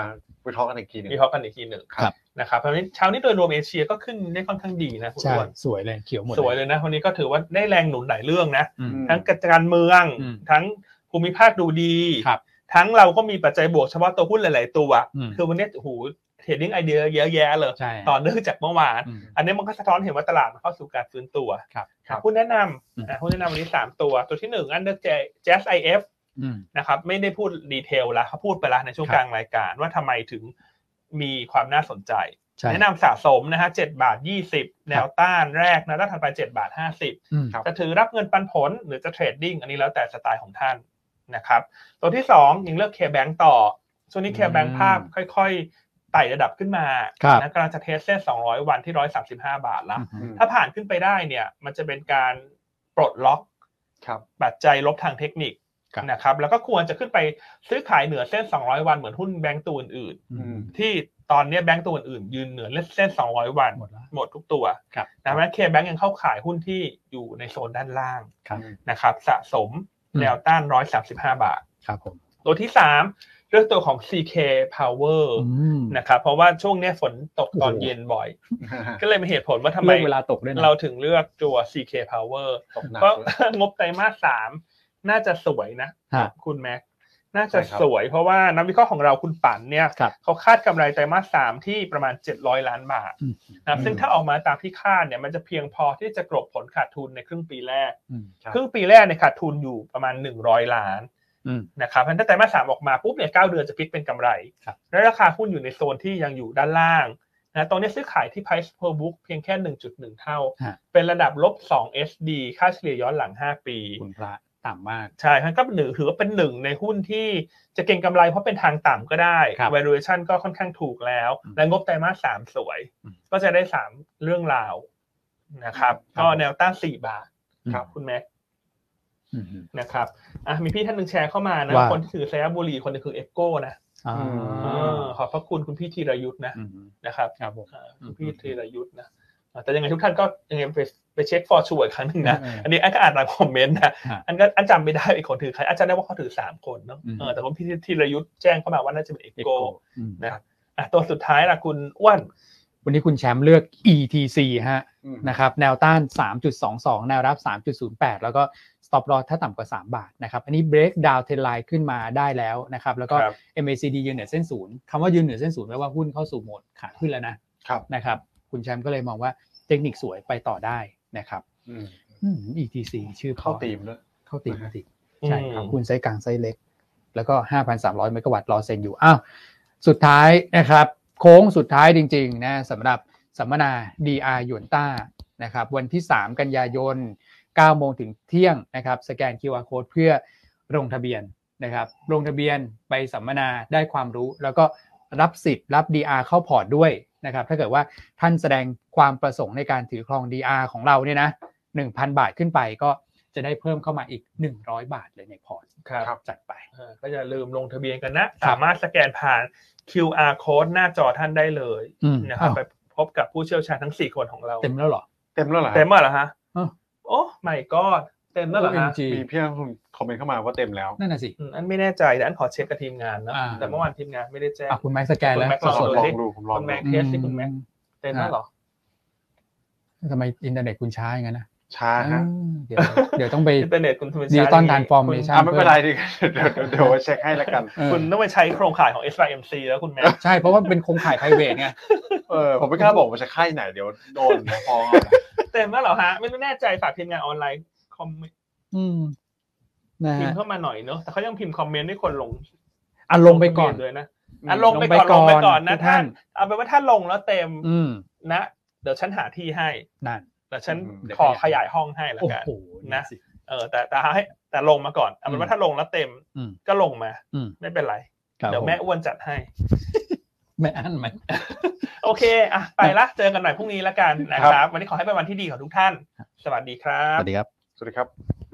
วิเคราะห์กันอีกทีนึงนะครับเพราะฉะนั้นเช้านี้โดยรวมเอเชียก็ขึ้นได้ค่อนข้างดีนะคุณอ้วนสวยเลยเขียวหมดสวยเลยนะวันนี้ก็ถือว่าได้แรงหนุนหลายเรื่องนะทั้งการเมืองทั้งภูมิภาคดูดีทั้งเราก็มีปัจจัยบวกเฉพาะตัวหุ้นหลายๆตัวคือวันนี้โอ้โหเทรดดิ้งไอเดียเยอะแยะเลยต่อเนื่องจากเมื่อวานอันนี้มันก็สะท้อนเห็นว่าตลาดมันเข้าสู่การฟื้นตัวหุ้นแนะนำวันนี้3ตัวที่1อันเดอร์Jazz IF นะครับไม่ได้พูดดีเทลแล้วเขาพูดไปแล้วในช่วงกลางรายการว่าทำไมถึงมีความน่าสนใจแนะนำสะสมนะฮะ7.20 แนวต้านแรกนะต้านถัดไป7.50 จะถือรับเงินปันผลหรือจะเทรดดิ้งอันนี้แล้วแต่สไตล์ของท่านนะครับตัวที่2ยังเลือก KBank ต่อช่วงนี้ KBank ภาพค่อยๆไต่ระดับขึ้นมานะกำลังจะเทสเส้น200วันที่135 บาทแล้วถ้าผ่านขึ้นไปได้เนี่ยมันจะเป็นการปลดล็อกปัจจัยลบทางเทคนิคนะครับแล้วก็ควรจะขึ้นไปซื้อขายเหนือเส้น200วันเหมือนหุ้นแบงก์ตัวอื่นๆที่ตอนนี้แบงก์ตัวอื่นๆยืนเหนือเส้น200วันหมดทุกตัวนะเพราะฉะนั้น KBank ยังเข้าขายหุ้นที่อยู่ในโซนด้านล่างนะครับสะสมแนวต้าน135 บาทครับผมตัวที่3เรื่องตัวของ CK Power นะครับเพราะว่าช่วงนี้ฝนตกตอนเย็นบ่อยก็เลยมีเหตุผลว่าทำไมเวลาตกเราถึงเลือกตัว CK Power เพราะงบไตรมาส3น่าจะสวยนะคุณแม็กน่าจะสวยเพราะว่านักวิเคราะห์ของเราคุณปั่นเนี่ยเขาคาดกำไรไตรมาส3ที่ประมาณ700ล้านบาทนะซึ่งถ้าออกมาตามที่คาดเนี่ยมันจะเพียงพอที่จะกลบผลขาดทุนในครึ่งปีแรกครึ่งปีแรกในขาดทุนอยู่ประมาณ100ล้านนะครับเพราะฉะนั้นถ้าไตรมาส3ออกมาปุ๊บเนี่ย9เดือนจะพลิกเป็นกำไรและราคาหุ้นอยู่ในโซนที่ยังอยู่ด้านล่างนะตรงนี้ซื้อขายที่ price per book เพียงแค่ 1.1 เท่าเป็นระดับๆ SD ค่าเฉลี่ยย้อนหลัง5ปีคุณพระต่ำมากใช่มันก็ถือว่าเป็นหนึ่งในหุ้นที่จะเก็งกำไรเพราะเป็นทางต่ำก็ได้ valuation ก็ค่อนข้างถูกแล้วและงบไตรมาส3สวยก็จะได้3เรื่องราวนะครับก็แนวต้าน4 บาทครับคุณแม็กนะครับมีพี่ท่านนึงแชร์เข้ามานะคนที่ถือไซบุรีคนนึงคือเอฟโก้นะขอบพระคุณคุณพี่ธีรยุทธนะครับพี่ธีรยุทธนะแต่ยังไงทุกท่านก็ยังไงไปเช็ค for sure อีกครั้งนึงนะอันนี้อันก็อ่านตามคอมเมนต์นะอันจำไม่ได้อีกคนถือใครอาจารย์ได้ว่าเขาถือ3คนเนาะแต่ว่าพี่ธีรยุทธแจ้งเข้ามาว่าน่าจะเป็นเอฟโก้นะตัวสุดท้ายล่ะคุณอ้วนวันนี้คุณแชมป์เลือก ETC ฮะนะครับแนวต้าน 3.22 แนวรับ 3.08 แล้วก็ stop loss ถ้าต่ำกว่า3 บาทนะครับอันนี้ break down trend line ขึ้นมาได้แล้วนะครับแล้วก็ MACD ยืนเหนือเส้นศูนย์คำว่ายืนเหนือเส้นศูนย์แปลว่าหุ้นเข้าสู่โหมดขาขึ้นแล้วนะครับคุณแชมป์ก็เลยมองว่าเทคนิคสวยไปต่อได้นะครับETC ชื่อเข้าธีมด้วยเข้าธีมใช่ครับหุ้นไซส์กลางไซส์เล็กแล้วก็ 5,300 เมกะวัตต์รอเซ็นอยู่สุดท้ายนะครับโค้งสุดท้ายจริงๆนะสำหรับสัมมนา DR หยวนต้านะครับวันที่3กันยายน 9 โมงถึงเที่ยงนะครับสแกน QR Code เพื่อลงทะเบียนนะครับลงทะเบียนไปสัมมนาได้ความรู้แล้วก็รับสิทธิ์รับ DR เข้าพอร์ตด้วยนะครับถ้าเกิดว่าท่านแสดงความประสงค์ในการถือครอง DR ของเราเนี่ยนะ 1,000 บาทขึ้นไปก็จะได้เพิ่มเข้ามาอีก100 บาทเลยในพอร์ตครับจัดไปก็อย่าลืมลงทะเบียนกันนะสามารถสแกนผ่าน QR Code หน้าจอท่านได้เลยนะครับไปพบกับผู้เชี่ยวชาญทั้ง4คนของเราเต็มแล้วเหรอเต็มแล้วเหรอฮะโอ้ไม่ก็เต็มแล้วเหรอฮะมีเพียงคอมเมนต์เข้ามาว่าเต็มแล้วนั่นน่ะสิอันไม่แน่ใจแต่อันขอเช็คกับทีมงานนะแต่เมื่อวานทีมงานไม่ได้แจ้งคุณแม็กสแกนแล้วลองดูคุณแม็กเทสที่คุณแม็กเต็มแล้วเหรอทำไมอินเทอร์เน็ตคุณช้าอย่างนั้นนะช้าฮะเดี๋ยวต้องไปอินเทอร์เน็ตคุณดิจิตอลทรานส์ฟอร์เมชั่นไม่เป็นไรดิเดี๋ยวเช็คให้แล้วกันคุณต้องไปใช้โครงข่ายของ SYMC แล้วคุณแม็กใช่เพราะว่าเป็นโครงข่าย private ไงผมไม่กล้าบอกว่าจะค่ายไหนเดี๋ยวโดนฟ้องเต็มแล้วเหรอฮะไม่แน่ใจฝากทีมงานออนไลน์คอมเมนต์พิมพ์เข้ามาหน่อยเนอะแต่เขายังพิมพ์คอมเมนต์ให้คนลงลงไปก่อนเลยนะลงไปก่อนนะท่านเอาเป็นว่าถ้าลงแล้วเต็มนะเดี๋ยวฉันหาที่ให้นั่นแต่ฉันขอขยายห้องให้แล้วกันนะแต่ลงมาก่อนเอาเป็นว่าถ้าลงแล้วเต็มก็ลงมาไม่เป็นไรเดี๋ยวแม่อ้วนจัดให้แม่อั้นไหมโอเคไปละเจอกันหน่อยพรุ่งนี้แล้วกันนะครับวันนี้ขอให้เป็นวันที่ดีของทุกท่านสวัสดีครับสวัสดีครับสวัสดีครับ